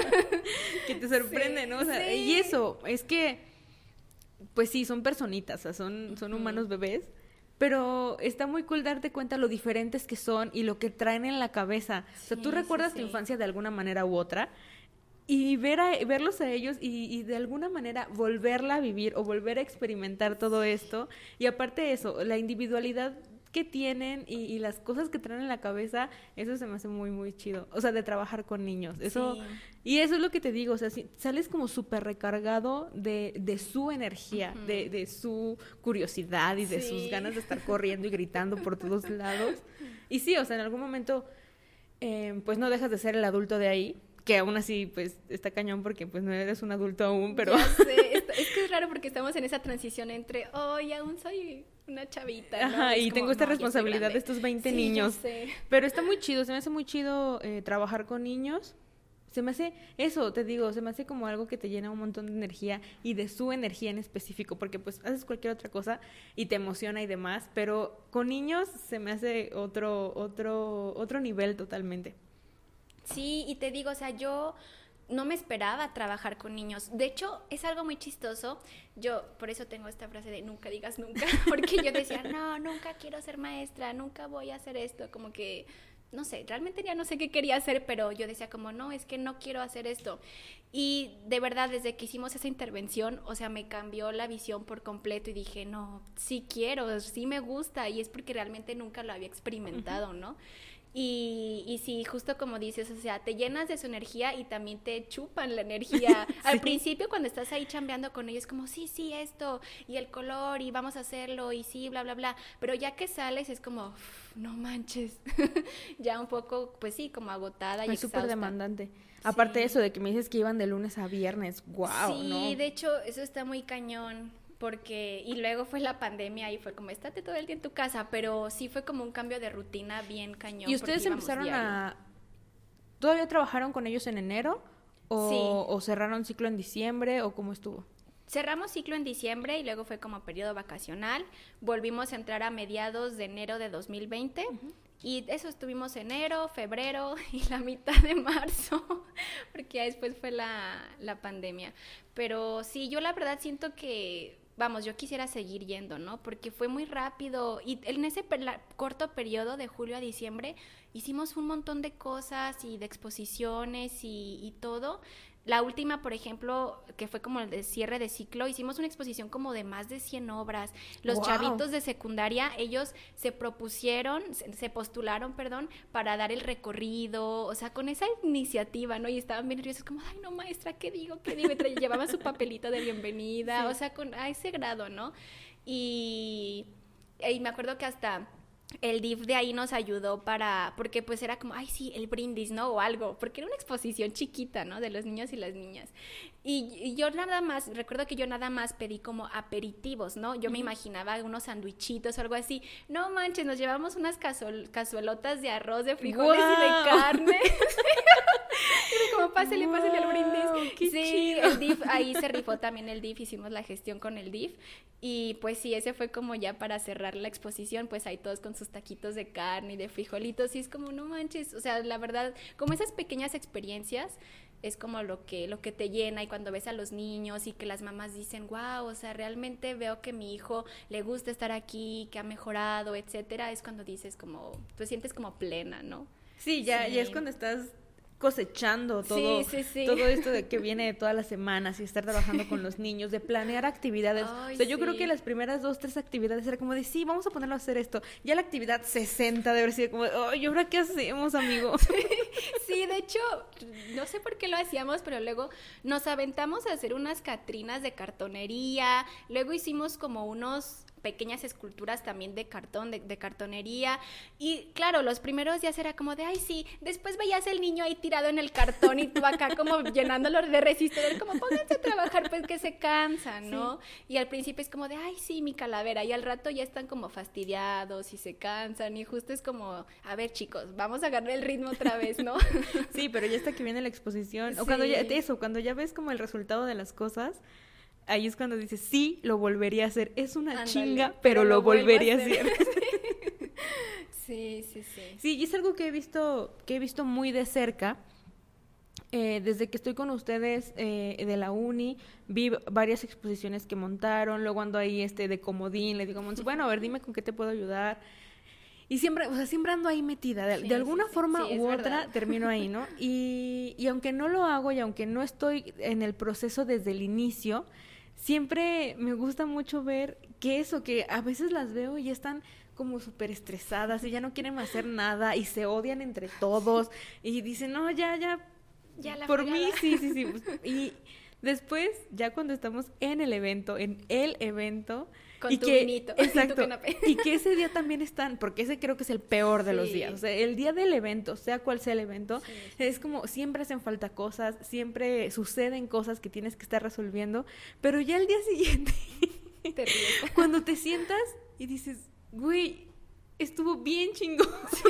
Que te sorprende, sí, ¿no? O sea, sí. Y eso, es que, pues sí, son personitas, o sea, son, son humanos uh-huh. bebés, pero está muy cool darte cuenta lo diferentes que son y lo que traen en la cabeza. Sí, o sea, tú recuerdas sí, sí. tu infancia de alguna manera u otra, y ver a, verlos a ellos y, y de alguna manera volverla a vivir o volver a experimentar todo esto. Y aparte de eso, la individualidad que tienen y, y las cosas que traen en la cabeza, eso se me hace muy, muy chido. O sea, de trabajar con niños. Eso sí. Y eso es lo que te digo, o sea, si sales como súper recargado de, de su energía, uh-huh. de, de su curiosidad y de sí. sus ganas de estar corriendo y gritando por todos lados. Y sí, o sea, en algún momento, eh, pues no dejas de ser el adulto de ahí, que aún así, pues, está cañón porque, pues, no eres un adulto aún, pero... Ya sé, es, es que es raro porque estamos en esa transición entre, oh, y aún soy una chavita, ¿no? Ajá, es y como, tengo esta no, responsabilidad de estos veinte sí, niños. Sé. Pero está muy chido, se me hace muy chido eh, trabajar con niños. Se me hace, eso, te digo, se me hace como algo que te llena un montón de energía y de su energía en específico, porque, pues, haces cualquier otra cosa y te emociona y demás, pero con niños se me hace otro, otro, otro nivel totalmente. Sí, y te digo, o sea, yo... no me esperaba trabajar con niños. De hecho, es algo muy chistoso. Yo, por eso tengo esta frase de nunca digas nunca, porque yo decía, no, nunca quiero ser maestra, nunca voy a hacer esto, como que, no sé, realmente ya no sé qué quería hacer, pero yo decía como, no, es que no quiero hacer esto. Y de verdad, desde que hicimos esa intervención, o sea, me cambió la visión por completo y dije, no, sí quiero, sí me gusta, y es porque realmente nunca lo había experimentado, ¿no? Y, y sí, justo como dices, o sea, te llenas de su energía y también te chupan la energía. Sí. Al principio, cuando estás ahí chambeando con ellos, como, sí, sí, esto, y el color, y vamos a hacerlo, y sí, bla, bla, bla. Pero ya que sales, es como, no manches. Ya un poco, pues sí, como agotada y es súper demandante. Sí. Aparte de eso, de que me dices que iban de lunes a viernes, wow, sí, ¿no? Sí, de hecho, eso está muy cañón. Porque, y luego fue la pandemia y fue como, estate todo el día en tu casa, pero sí fue como un cambio de rutina bien cañón. ¿Y ustedes empezaron diario. a, todavía trabajaron con ellos en enero? ¿O, sí. o cerraron ciclo en diciembre? ¿O cómo estuvo? Cerramos ciclo en diciembre y luego fue como periodo vacacional. Volvimos a entrar a mediados de enero de dos mil veinte. Uh-huh. Y eso estuvimos enero, febrero y la mitad de marzo, porque ya después fue la, la pandemia. Pero sí, yo la verdad siento que... Vamos, yo quisiera seguir yendo, ¿no? Porque fue muy rápido y en ese per- corto periodo de julio a diciembre hicimos un montón de cosas y de exposiciones y, y todo. La última, por ejemplo, que fue como el de cierre de ciclo, hicimos una exposición como de más de cien obras. Los wow. chavitos de secundaria, ellos se propusieron, se, se postularon, perdón, para dar el recorrido, o sea, con esa iniciativa, ¿no? Y estaban bien nerviosos, como, ay, no, maestra, ¿qué digo? ¿Qué digo? Y llevaban su papelito de bienvenida, sí. o sea, con, a ese grado, ¿no? Y, y me acuerdo que hasta... el D I F de ahí nos ayudó para, porque pues era como, ay sí, el brindis, ¿no? O algo, porque era una exposición chiquita, ¿no? De los niños y las niñas. Y, y yo nada más, recuerdo que yo nada más pedí como aperitivos, ¿no? Yo uh-huh. me imaginaba unos sandwichitos o algo así. No manches, nos llevamos unas cazuel- cazuelotas de arroz, de frijoles wow. y de carne. Como pásale, wow, pásale al brindis. Qué sí, chido. El D I F, ahí se rifó también el D I F, hicimos la gestión con el D I F. Y pues sí, ese fue como ya para cerrar la exposición, pues ahí todos con sus taquitos de carne y de frijolitos, y es como, no manches, o sea, la verdad, como esas pequeñas experiencias es como lo que, lo que te llena, y cuando ves a los niños y que las mamás dicen, wow, o sea, realmente veo que mi hijo le gusta estar aquí, que ha mejorado, etcétera, es cuando dices como, pues sientes como plena, ¿no? Sí, ya, sí. ya es cuando estás cosechando todo, sí, sí, sí. todo esto de que viene de todas las semanas y estar trabajando con los niños, de planear actividades. Ay, o sea, yo sí. creo que las primeras dos, tres actividades era como de, sí, vamos a ponerlo a hacer esto. Ya la actividad sesenta de haber sido como de, ay, ¿ahora qué hacemos, amigo? Sí, de hecho, no sé por qué lo hacíamos, pero luego nos aventamos a hacer unas catrinas de cartonería, luego hicimos como unos pequeñas esculturas también de cartón, de, de cartonería, y claro, los primeros días era como de, ay sí, después veías el niño ahí tirado en el cartón y tú acá como llenándolo de resistidor, como pónganse a trabajar pues que se cansan, ¿no? Sí. Y al principio es como de, ay sí, mi calavera, y al rato ya están como fastidiados y se cansan, y justo es como, a ver chicos, vamos a agarrar el ritmo otra vez, ¿no? Sí, pero ya hasta que viene la exposición, Sí. o cuando ya, eso, cuando ya ves como el resultado de las cosas, ahí es cuando dices, sí, lo volvería a hacer. Es una Ándale, chinga, pero, pero lo, lo volvería a hacer. A hacer. Sí, sí, sí. Sí, y es algo que he visto, que he visto muy de cerca. Eh, desde que estoy con ustedes eh, de la uni, vi varias exposiciones que montaron, luego ando ahí este de comodín, le digo, bueno, a ver, dime con qué te puedo ayudar. Y siempre, o sea, siempre ando ahí metida, de, sí, de alguna sí, forma sí, u otra verdad. Termino ahí, ¿no? Y, y aunque no lo hago y aunque no estoy en el proceso desde el inicio, siempre me gusta mucho ver que eso, que a veces las veo y ya están como súper estresadas y ya no quieren hacer nada y se odian entre todos y dicen, no, ya, ya, ya la por fregada. mí, sí, sí, sí. Y después, ya cuando estamos en el evento, en el evento... Con y tu que, vinito, exacto, y tu canapé. Y que ese día también están, porque ese creo que es el peor de sí. los días. O sea, el día del evento, sea cual sea el evento, sí, sí. es como siempre hacen falta cosas, siempre suceden cosas que tienes que estar resolviendo, pero ya el día siguiente, te ríes. Cuando te sientas y dices, güey, estuvo bien chingón. Sí.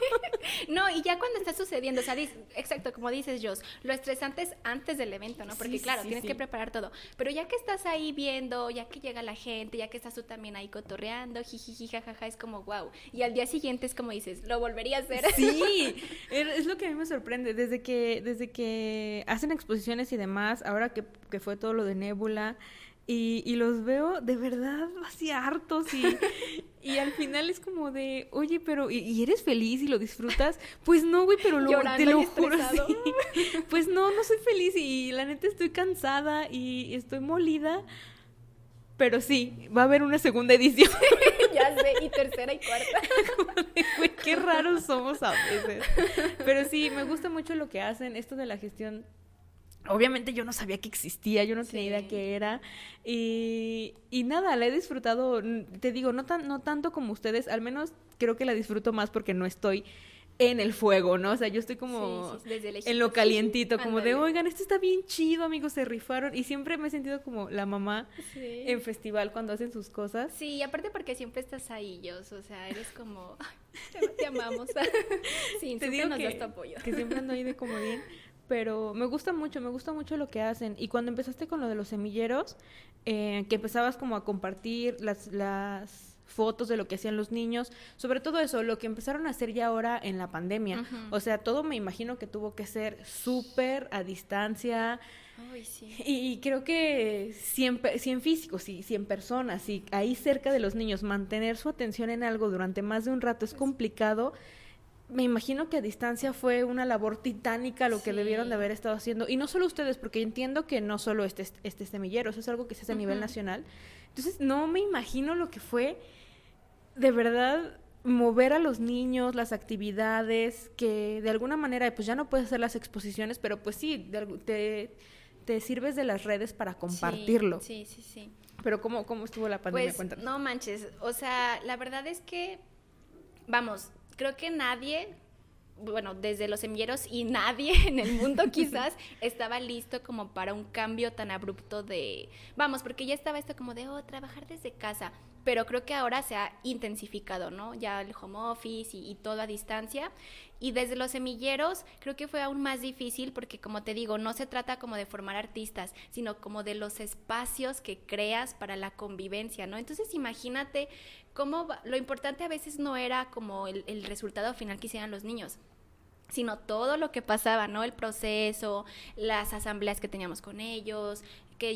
No, y ya cuando está sucediendo, o sea, dice, exacto, como dices, Jos, lo estresante es antes del evento, ¿no? Porque sí, claro, sí, tienes sí. que preparar todo, pero ya que estás ahí viendo, ya que llega la gente, ya que estás tú también ahí cotorreando, jijiji, jajaja, es como wow, y al día siguiente es como dices, lo volvería a hacer. Sí, es lo que a mí me sorprende, desde que, desde que hacen exposiciones y demás, ahora que, que fue todo lo de Nebula, Y, y los veo de verdad así hartos y, y al final es como de, oye, pero ¿y, y eres feliz y lo disfrutas? Pues no, güey, pero lo, te lo juro, sí. Pues no, no soy feliz y la neta estoy cansada y estoy molida, pero sí, va a haber una segunda edición. Ya sé, y tercera y cuarta. Como de, güey, qué raros somos a veces. Pero sí, me gusta mucho lo que hacen, esto de la gestión. Obviamente yo no sabía que existía, yo no tenía sí. idea qué era y, y nada, la he disfrutado, te digo, no tan no tanto como ustedes, al menos creo que la disfruto más porque no estoy en el fuego, ¿no? O sea, yo estoy como sí, sí, desde en lo calientito, como Andale. de, oigan, esto está bien chido, amigos, se rifaron y siempre me he sentido como la mamá sí. en festival cuando hacen sus cosas. Sí, y aparte porque siempre estás ahí, Jos, o sea, eres como, te, te amamos. Sí, te digo nos que, das tu apoyo. Que siempre ando ahí de comodín. Pero me gusta mucho, me gusta mucho lo que hacen. Y cuando empezaste con lo de los semilleros, eh, que empezabas como a compartir las, las fotos de lo que hacían los niños, sobre todo eso, lo que empezaron a hacer ya ahora en la pandemia. Uh-huh. O sea, todo me imagino que tuvo que ser súper a distancia. Ay, sí. Y, y creo que si en, si en físico, si, si en persona, si ahí cerca de los niños, mantener su atención en algo durante más de un rato es pues, complicado. Me imagino que a distancia fue una labor titánica lo que sí. debieron de haber estado haciendo. Y no solo ustedes, porque entiendo que no solo este, este semillero, eso es algo que se hace a uh-huh. nivel nacional. Entonces, no me imagino lo que fue, de verdad, mover a los niños, las actividades, que de alguna manera, pues ya no puedes hacer las exposiciones, pero pues sí, de, te, te sirves de las redes para compartirlo. Sí, sí, sí. sí. Pero ¿cómo, cómo estuvo la pandemia? Pues, Cuéntanos. No manches, o sea, la verdad es que, vamos... Creo que nadie, bueno, desde los semilleros y nadie en el mundo quizás estaba listo como para un cambio tan abrupto de, vamos, porque ya estaba esto como de, oh, trabajar desde casa, pero creo que ahora se ha intensificado, ¿no? Ya el home office y, y todo a distancia. Y desde los semilleros creo que fue aún más difícil porque, como te digo, no se trata como de formar artistas, sino como de los espacios que creas para la convivencia, ¿no? Entonces imagínate cómo va, lo importante a veces no era como el, el resultado final que hicieran los niños, sino todo lo que pasaba, ¿no? El proceso, las asambleas que teníamos con ellos, que ya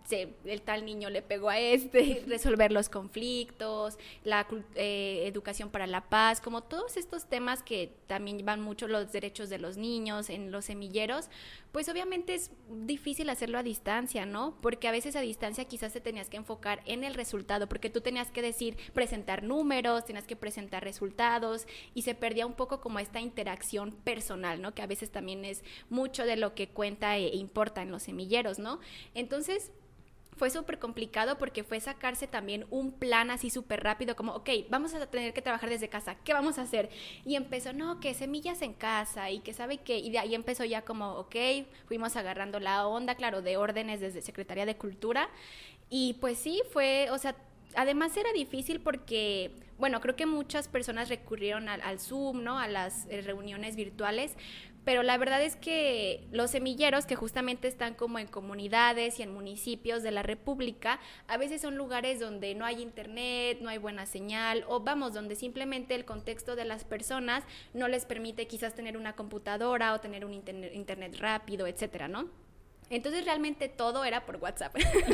se, el tal niño le pegó a este, resolver los conflictos, la eh, educación para la paz, como todos estos temas que también van mucho los derechos de los niños en los semilleros, pues obviamente es difícil hacerlo a distancia, ¿no? Porque a veces a distancia quizás te tenías que enfocar en el resultado, porque tú tenías que decir, presentar números, tenías que presentar resultados, y se perdía un poco como esta interacción personal, ¿no? Que a veces también es mucho de lo que cuenta e importa en los semilleros, ¿no? Entonces fue súper complicado porque fue sacarse también un plan así súper rápido, como, ok, vamos a tener que trabajar desde casa, ¿qué vamos a hacer? Y empezó, no, que semillas en casa, y que sabe qué, y de ahí empezó ya como, ok, fuimos agarrando la onda, claro, de órdenes desde Secretaría de Cultura, y pues sí, fue, o sea, además era difícil porque, bueno, creo que muchas personas recurrieron al, al Zoom, ¿no? A las eh, reuniones virtuales, pero la verdad es que los semilleros, que justamente están como en comunidades y en municipios de la República, a veces son lugares donde no hay internet, no hay buena señal, o vamos, donde simplemente el contexto de las personas no les permite quizás tener una computadora o tener un internet, internet rápido, etcétera, ¿no? Entonces realmente todo era por WhatsApp.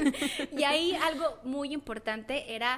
Y ahí algo muy importante era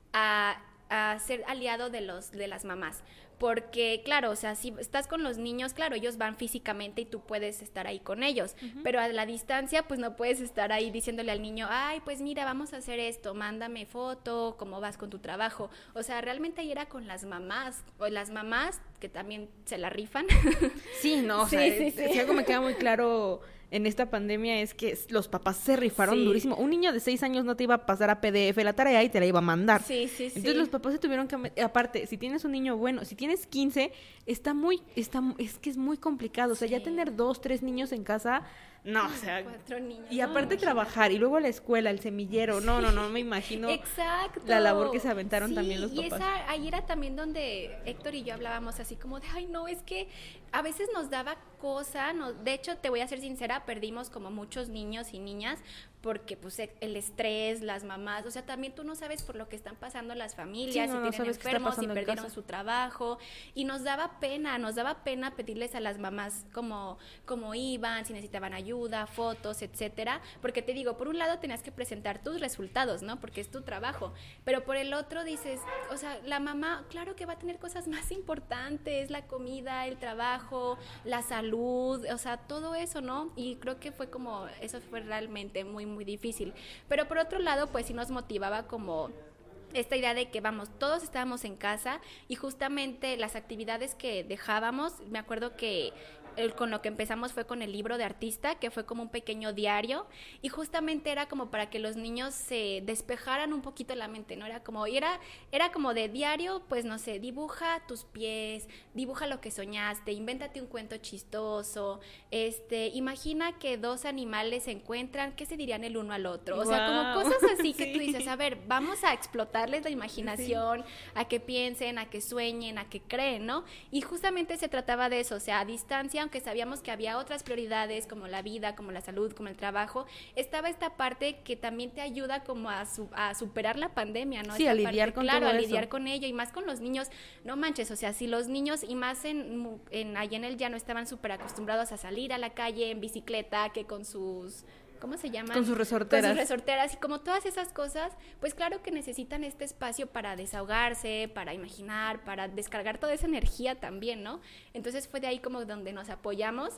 a, a ser aliado de los de las mamás. Porque, claro, o sea, si estás con los niños, claro, ellos van físicamente y tú puedes estar ahí con ellos, uh-huh. Pero a la distancia, pues no puedes estar ahí diciéndole al niño, ay, pues mira, vamos a hacer esto, mándame foto, cómo vas con tu trabajo. O sea, realmente ahí era con las mamás, o las mamás que también se la rifan. Sí, no, o sí, sea, sí, es, sí. si algo me queda muy claro en esta pandemia es que los papás se rifaron sí. durísimo. Un niño de seis años no te iba a pasar a P D F la tarea y te la iba a mandar. Sí, sí, sí. Entonces los papás se tuvieron que... Aparte, si tienes un niño bueno, si tienes quince, está muy... está es que es muy complicado. O sea, sí. ya tener dos, tres niños en casa... No, o sea... Cuatro niños. Y aparte no, trabajar, y luego la escuela, el semillero. No, no, no, me imagino... Exacto. La labor que se aventaron sí, también los papás. Y esa, ahí era también donde Héctor y yo hablábamos así como de, ay, no, es que a veces nos daba cosa, no, de hecho, te voy a ser sincera, perdimos como muchos niños y niñas porque pues el estrés, las mamás, o sea, también tú no sabes por lo que están pasando las familias, sí, no, si no tienen enfermos, si perdieron su trabajo, y nos daba pena, nos daba pena pedirles a las mamás como, como iban, si necesitaban ayuda, fotos, etcétera, porque te digo, por un lado tenías que presentar tus resultados, ¿no? Porque es tu trabajo, pero por el otro dices, o sea, la mamá, claro que va a tener cosas más importantes, la comida, el trabajo, la salud, o sea, todo eso, ¿no? Y creo que fue como, eso fue realmente muy muy difícil, pero por otro lado pues sí nos motivaba como esta idea de que vamos, todos estábamos en casa y justamente las actividades que dejábamos, me acuerdo que el, con lo que empezamos fue con el libro de artista, que fue como un pequeño diario, y justamente era como para que los niños se despejaran un poquito la mente, ¿no? Era como, era, era como de diario, pues no sé, dibuja tus pies, dibuja lo que soñaste, invéntate un cuento chistoso, este, imagina que dos animales se encuentran, ¿qué se dirían el uno al otro? O wow. sea, como cosas así que sí. tú dices, a ver, vamos a explotarles la imaginación, sí. a que piensen, a que sueñen, a que creen, ¿no? Y justamente se trataba de eso, o sea, a distancia, aunque sabíamos que había otras prioridades como la vida, como la salud, como el trabajo, estaba esta parte que también te ayuda como a, su, a superar la pandemia, ¿no? Sí, esta a lidiar parte, con claro, todo a eso. lidiar con ello, y más con los niños, no manches, o sea, si los niños, y más en, en allá en el llano, estaban súper acostumbrados a salir a la calle en bicicleta, que con sus... ¿cómo se llaman? Con sus resorteras. Con sus resorteras y como todas esas cosas, pues claro que necesitan este espacio para desahogarse, para imaginar, para descargar toda esa energía también, ¿no? Entonces fue de ahí como donde nos apoyamos.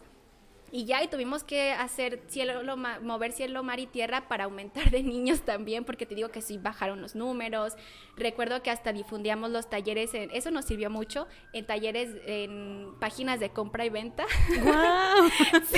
Y ya, y tuvimos que hacer cielo, lo, mover cielo, mar y tierra para aumentar de niños también, porque te digo que sí bajaron los números. Recuerdo que hasta difundíamos los talleres, en, eso nos sirvió mucho, en talleres, en páginas de compra y venta. ¡Guau! Sí,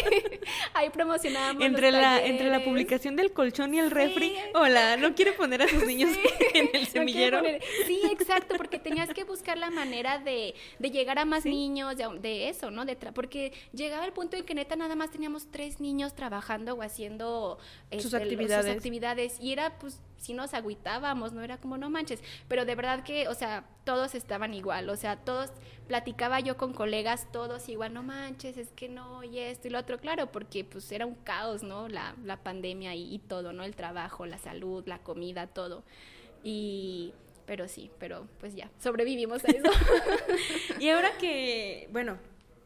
ahí promocionábamos entre los la talleres. Entre la publicación del colchón y el sí. refri, hola, ¿no quiere poner a sus niños sí. en el semillero? No sí, exacto, porque tenías que buscar la manera de, de llegar a más sí. niños, de, de eso, ¿no? De tra- porque llegaba el punto en que neta nada más teníamos tres niños trabajando o haciendo sus este, actividades. sus actividades y era pues si nos agüitábamos, no era como no manches, pero de verdad que, o sea, todos estaban igual, o sea, todos, platicaba yo con colegas, todos igual, no manches, es que no, y esto y lo otro, claro, porque pues era un caos, ¿no? La, la pandemia y, y todo, ¿no? El trabajo, la salud, la comida, todo, y... pero sí, pero pues ya, sobrevivimos a eso. Y ahora que, bueno,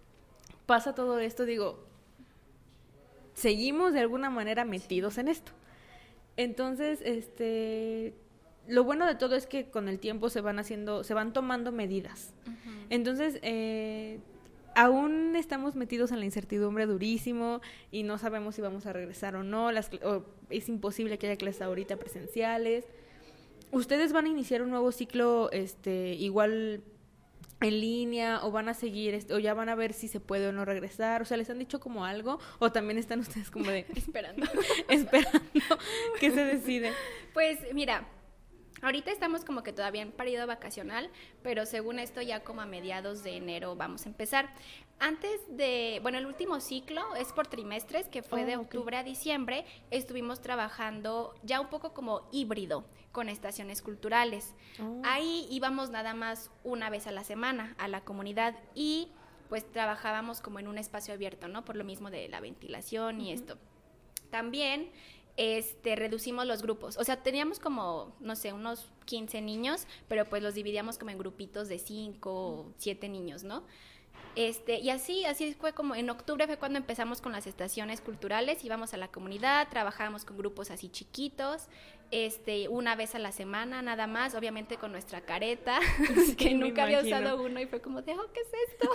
pasa todo esto, digo, seguimos de alguna manera metidos en esto. Entonces, este, lo bueno de todo es que con el tiempo se van haciendo, se van tomando medidas. Uh-huh. Entonces, eh, aún estamos metidos en la incertidumbre durísimo y no sabemos si vamos a regresar o no. Las, o es imposible que haya clases ahorita presenciales. ¿Ustedes van a iniciar un nuevo ciclo, este, igual en línea, o van a seguir, este, o ya van a ver si se puede o no regresar? O sea, ¿les han dicho como algo? ¿O también están ustedes como de... esperando. esperando que se decide? Pues, mira, ahorita estamos como que todavía en periodo vacacional, pero según esto ya como a mediados de enero vamos a empezar. Antes de, bueno, el último ciclo es por trimestres, que fue oh, de octubre okay. a diciembre, estuvimos trabajando ya un poco como híbrido con estaciones culturales. Oh. Ahí íbamos nada más una vez a la semana a la comunidad y pues trabajábamos como en un espacio abierto, ¿no? Por lo mismo de la ventilación y uh-huh. esto. También... Este, reducimos los grupos, o sea, teníamos como, no sé, unos quince niños, pero pues los dividíamos como en grupitos de cinco o siete niños, ¿no? Este, y así, así fue como, en octubre fue cuando empezamos con las estaciones culturales, íbamos a la comunidad, trabajábamos con grupos así chiquitos, este, una vez a la semana nada más, obviamente con nuestra careta, que nunca había usado uno y fue como de, oh, ¿qué es esto?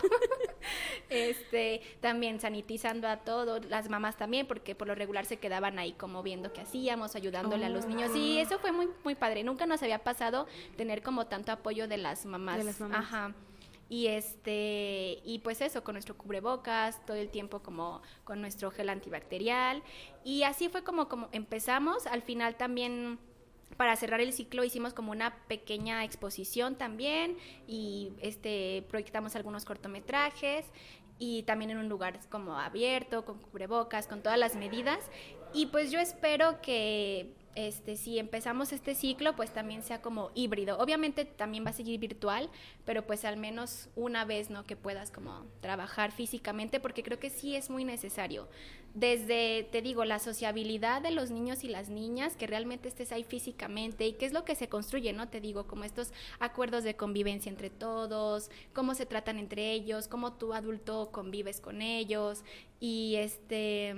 este, también sanitizando a todos, las mamás también, porque por lo regular se quedaban ahí como viendo qué hacíamos, ayudándole oh. a los niños, y eso fue muy, muy padre, nunca nos había pasado tener como tanto apoyo de las mamás. De las mamás. Ajá. Y este, y pues eso, con nuestro cubrebocas, todo el tiempo como con nuestro gel antibacterial. Y así fue como, como empezamos. Al final también, para cerrar el ciclo, hicimos como una pequeña exposición también. Y este, proyectamos algunos cortometrajes. Y también en un lugar como abierto, con cubrebocas, con todas las medidas. Y pues yo espero que... Este, si empezamos este ciclo, pues también sea como híbrido. Obviamente también va a seguir virtual, pero pues al menos una vez, ¿no? Que puedas como trabajar físicamente, porque creo que sí es muy necesario. Desde, te digo, la sociabilidad de los niños y las niñas, que realmente estés ahí físicamente, y qué es lo que se construye, ¿no? Te digo, como estos acuerdos de convivencia entre todos, cómo se tratan entre ellos, cómo tú adulto convives con ellos, y este...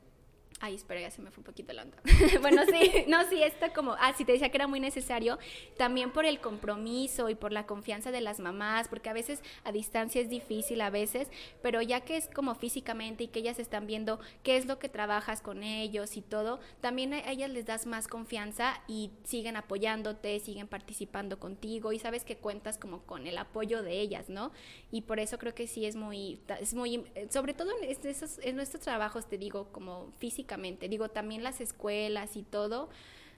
Ay, espera, ya se me fue un poquito la onda. Bueno, sí, no, sí, está como, ah, sí, te decía que era muy necesario, también por el compromiso y por la confianza de las mamás, porque a veces a distancia es difícil a veces, pero ya que es como físicamente y que ellas están viendo qué es lo que trabajas con ellos y todo, también a ellas les das más confianza y siguen apoyándote, siguen participando contigo y sabes que cuentas como con el apoyo de ellas, ¿no? Y por eso creo que sí es muy, es muy, sobre todo en, esos, en nuestros trabajos, te digo, como físicamente, digo, también las escuelas y todo,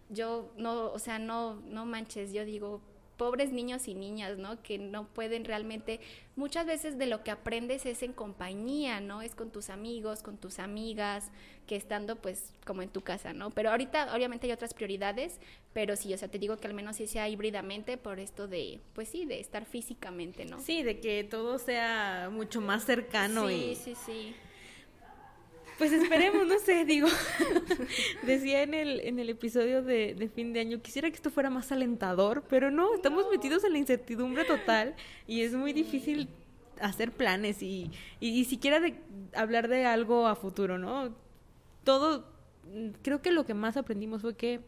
yo no, o sea, no, no manches, yo digo, pobres niños y niñas, ¿no? Que no pueden realmente, muchas veces de lo que aprendes es en compañía, ¿no? Es con tus amigos, con tus amigas, que estando pues como en tu casa, ¿no? Pero ahorita obviamente hay otras prioridades, pero sí, o sea, te digo que al menos sí sea híbridamente por esto de, pues sí, de estar físicamente, ¿no? Sí, de que todo sea mucho más cercano. Sí, y... sí, sí. Pues esperemos, no sé, digo, decía en el en el episodio de, de fin de año, quisiera que esto fuera más alentador, pero no, estamos no. metidos en la incertidumbre total y es muy sí. difícil hacer planes y, y, y siquiera de hablar de algo a futuro, ¿no? Todo, creo que lo que más aprendimos fue que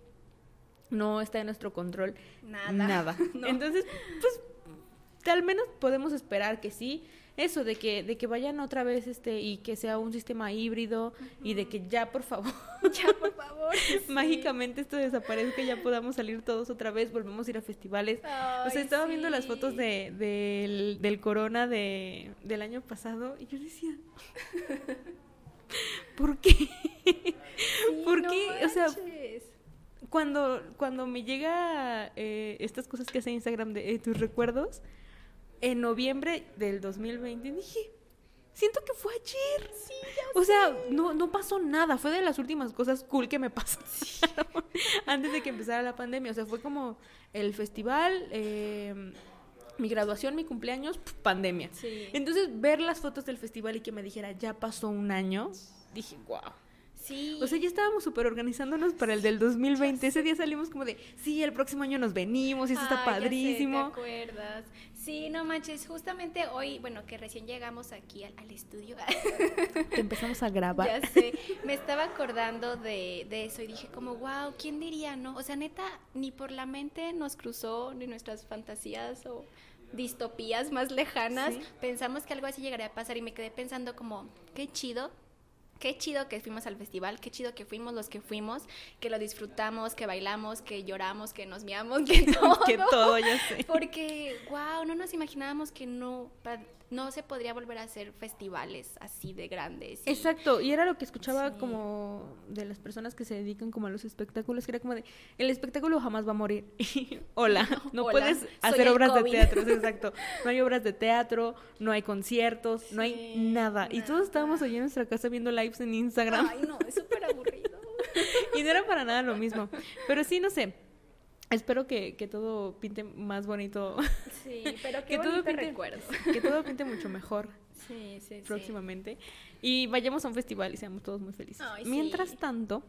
no está en nuestro control nada. nada. No. Entonces, pues, al menos podemos esperar que sí. Eso, de que de que vayan otra vez este y que sea un sistema híbrido uh-huh. y de que ya, por favor, ya, por favor, sí. mágicamente esto desaparezca, ya podamos salir todos otra vez, volvemos a ir a festivales. Ay, o sea, estaba sí. viendo las fotos de, de del, del corona de del año pasado y yo decía, ¿por qué? Sí, ¿Por no qué? manches. O sea, cuando cuando me llega eh, estas cosas que hace Instagram de eh, tus recuerdos, en noviembre del dos mil veinte dije, siento que fue ayer. Sí, ya o sé. sea, no, no pasó nada. Fue de las últimas cosas cool que me pasaron sí. antes de que empezara la pandemia. O sea, fue como el festival, eh, mi graduación, mi cumpleaños, pf, pandemia. Sí. Entonces, ver las fotos del festival y que me dijera, ya pasó un año, dije, wow. Sí. O sea, ya estábamos súper organizándonos para el del dos mil veinte. Ese día salimos como de, sí, el próximo año nos venimos y eso está Ah, padrísimo. Ya sé, ¿te acuerdas? Sí, no manches, justamente hoy, bueno, que recién llegamos aquí al, al estudio. Que empezamos a grabar. Ya sé, me estaba acordando de, de eso y dije como, wow, ¿quién diría, no? O sea, neta, ni por la mente nos cruzó, ni nuestras fantasías o distopías más lejanas, Sí. pensamos que algo así llegaría a pasar y me quedé pensando como, qué chido. Qué chido que fuimos al festival, qué chido que fuimos los que fuimos, que lo disfrutamos, que bailamos, que lloramos, que nos miamos, que todo. Que todo, ya sé. Porque, wow, no nos imaginábamos que no, pa- no se podría volver a hacer festivales así de grandes. y- Exacto, y era lo que escuchaba Sí. como de las personas que se dedican como a los espectáculos, que era como de, el espectáculo jamás va a morir. Hola, no Hola, puedes soy hacer el obras de COVID. teatro, sí, exacto. No hay obras de teatro, no hay conciertos, no hay Sí, nada. Y todos nada. estábamos allí en nuestra casa viendo lives en Instagram. Ay, no, es súper aburrido. Y no era para nada lo mismo. Pero sí, no sé. Espero que, que todo pinte más bonito. Sí, pero qué Que todo bonito pinte- recuerdo. Que todo pinte mucho mejor Sí, sí, sí. próximamente. Y vayamos a un festival y seamos todos muy felices. Ay, sí. Mientras tanto,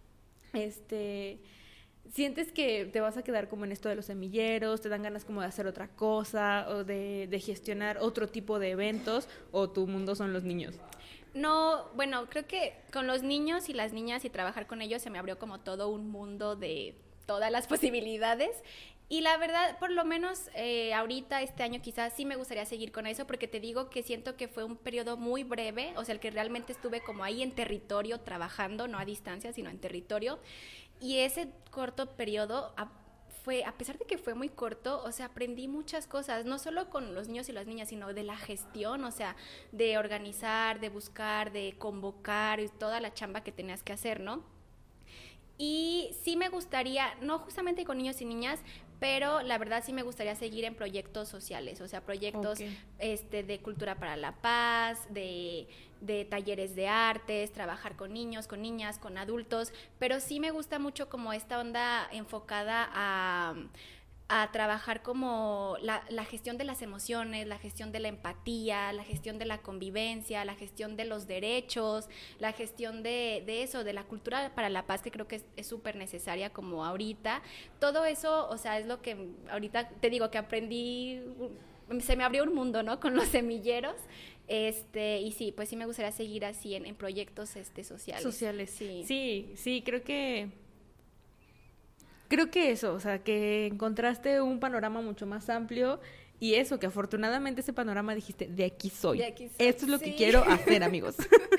este... ¿sientes que te vas a quedar como en esto de los semilleros? ¿Te dan ganas como de hacer otra cosa? ¿O de, de gestionar otro tipo de eventos? ¿O tu mundo son los niños? No, bueno, creo que con los niños y las niñas y trabajar con ellos se me abrió como todo un mundo de todas las posibilidades. Y la verdad, por lo menos eh, ahorita, este año quizás sí me gustaría seguir con eso, porque te digo que siento que fue un periodo muy breve, o sea, el que realmente estuve como ahí en territorio trabajando, no a distancia, sino en territorio. Y ese corto periodo... a- fue, a pesar de que fue muy corto, o sea, aprendí muchas cosas, no solo con los niños y las niñas, sino de la gestión, o sea, de organizar, de buscar, de convocar y toda la chamba que tenías que hacer, ¿no? Y sí me gustaría, no justamente con niños y niñas, pero la verdad sí me gustaría seguir en proyectos sociales, o sea, proyectos Ok. este, de cultura para la paz, de, de talleres de artes, trabajar con niños, con niñas, con adultos, pero sí me gusta mucho como esta onda enfocada a, a trabajar como la, la gestión de las emociones, la gestión de la empatía, la gestión de la convivencia, la gestión de los derechos, la gestión de, de eso, de la cultura para la paz, que creo que es súper necesaria como ahorita. Todo eso, o sea, es lo que ahorita te digo que aprendí, se me abrió un mundo, ¿no? Con los semilleros. Este, y sí, pues sí me gustaría seguir así en, en proyectos este, sociales. Sociales. Sí. Sí, sí, creo que... Creo que eso, o sea, que encontraste un panorama mucho más amplio y eso, que afortunadamente ese panorama dijiste, de aquí soy. De aquí soy, Esto es lo sí. que quiero hacer, amigos.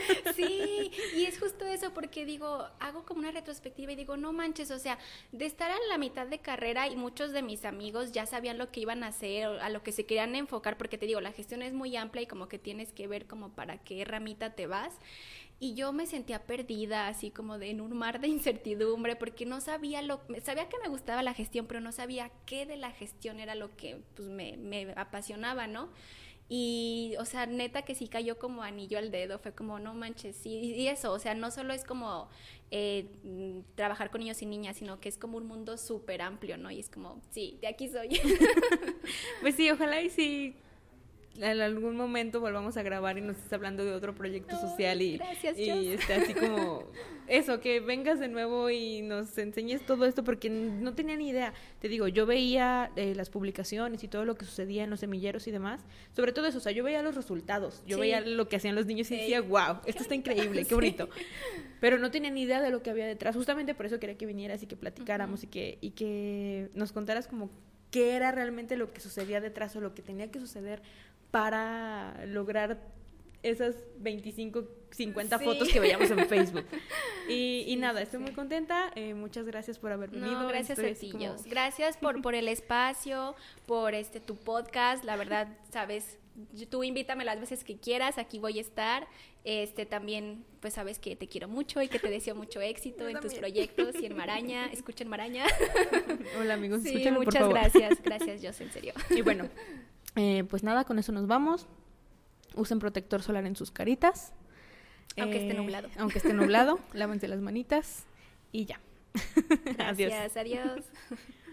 Sí, y es justo eso, porque digo, hago como una retrospectiva y digo, no manches, o sea, de estar a la mitad de carrera y muchos de mis amigos ya sabían lo que iban a hacer, o a lo que se querían enfocar, porque te digo, la gestión es muy amplia y como que tienes que ver como para qué ramita te vas. Y yo me sentía perdida, así como de en un mar de incertidumbre, porque no sabía lo, sabía que me gustaba la gestión, pero no sabía qué de la gestión era lo que pues me, me apasionaba, ¿no? Y, o sea, neta que sí cayó como anillo al dedo, fue como, no manches, sí, y eso, o sea, no solo es como eh, mm, trabajar con niños y niñas, sino que es como un mundo súper amplio, ¿no? Y es como, sí, de aquí soy. Pues sí, ojalá y sí en algún momento volvamos a grabar y nos estés hablando de otro proyecto Ay, social y, gracias, y Jos. este, así como eso, que vengas de nuevo y nos enseñes todo esto porque no tenía ni idea. Te digo, yo veía eh, las publicaciones y todo lo que sucedía en los semilleros y demás, sobre todo eso, o sea, yo veía los resultados, yo Sí. veía lo que hacían los niños y Sí. decía, wow, esto está increíble, qué bonito. Pero no tenía ni idea de lo que había detrás, justamente por eso quería que vinieras y que platicáramos y que, y que nos contaras como qué era realmente lo que sucedía detrás o lo que tenía que suceder para lograr esas veinticinco, cincuenta Sí. fotos que veíamos en Facebook. Y, y Sí, nada, sí, estoy sí. muy contenta. Eh, muchas gracias por haber venido. No, gracias Estoy a así ti, como- Jos. Gracias por, por el espacio, por este tu podcast. La verdad, sabes, tú invítame las veces que quieras, aquí voy a estar. Este también, pues sabes que te quiero mucho y que te deseo mucho éxito Yo en tus también. proyectos y en Maraña. Escuchen Maraña. Hola amigos, Sí, escúchenlo, por muchas favor. gracias. Gracias, Jos, en serio. Y bueno, eh, pues nada, con eso nos vamos. Usen protector solar en sus caritas. Aunque Eh, esté nublado. Aunque esté nublado, lávense las manitas y ya. Adiós. Gracias, adiós.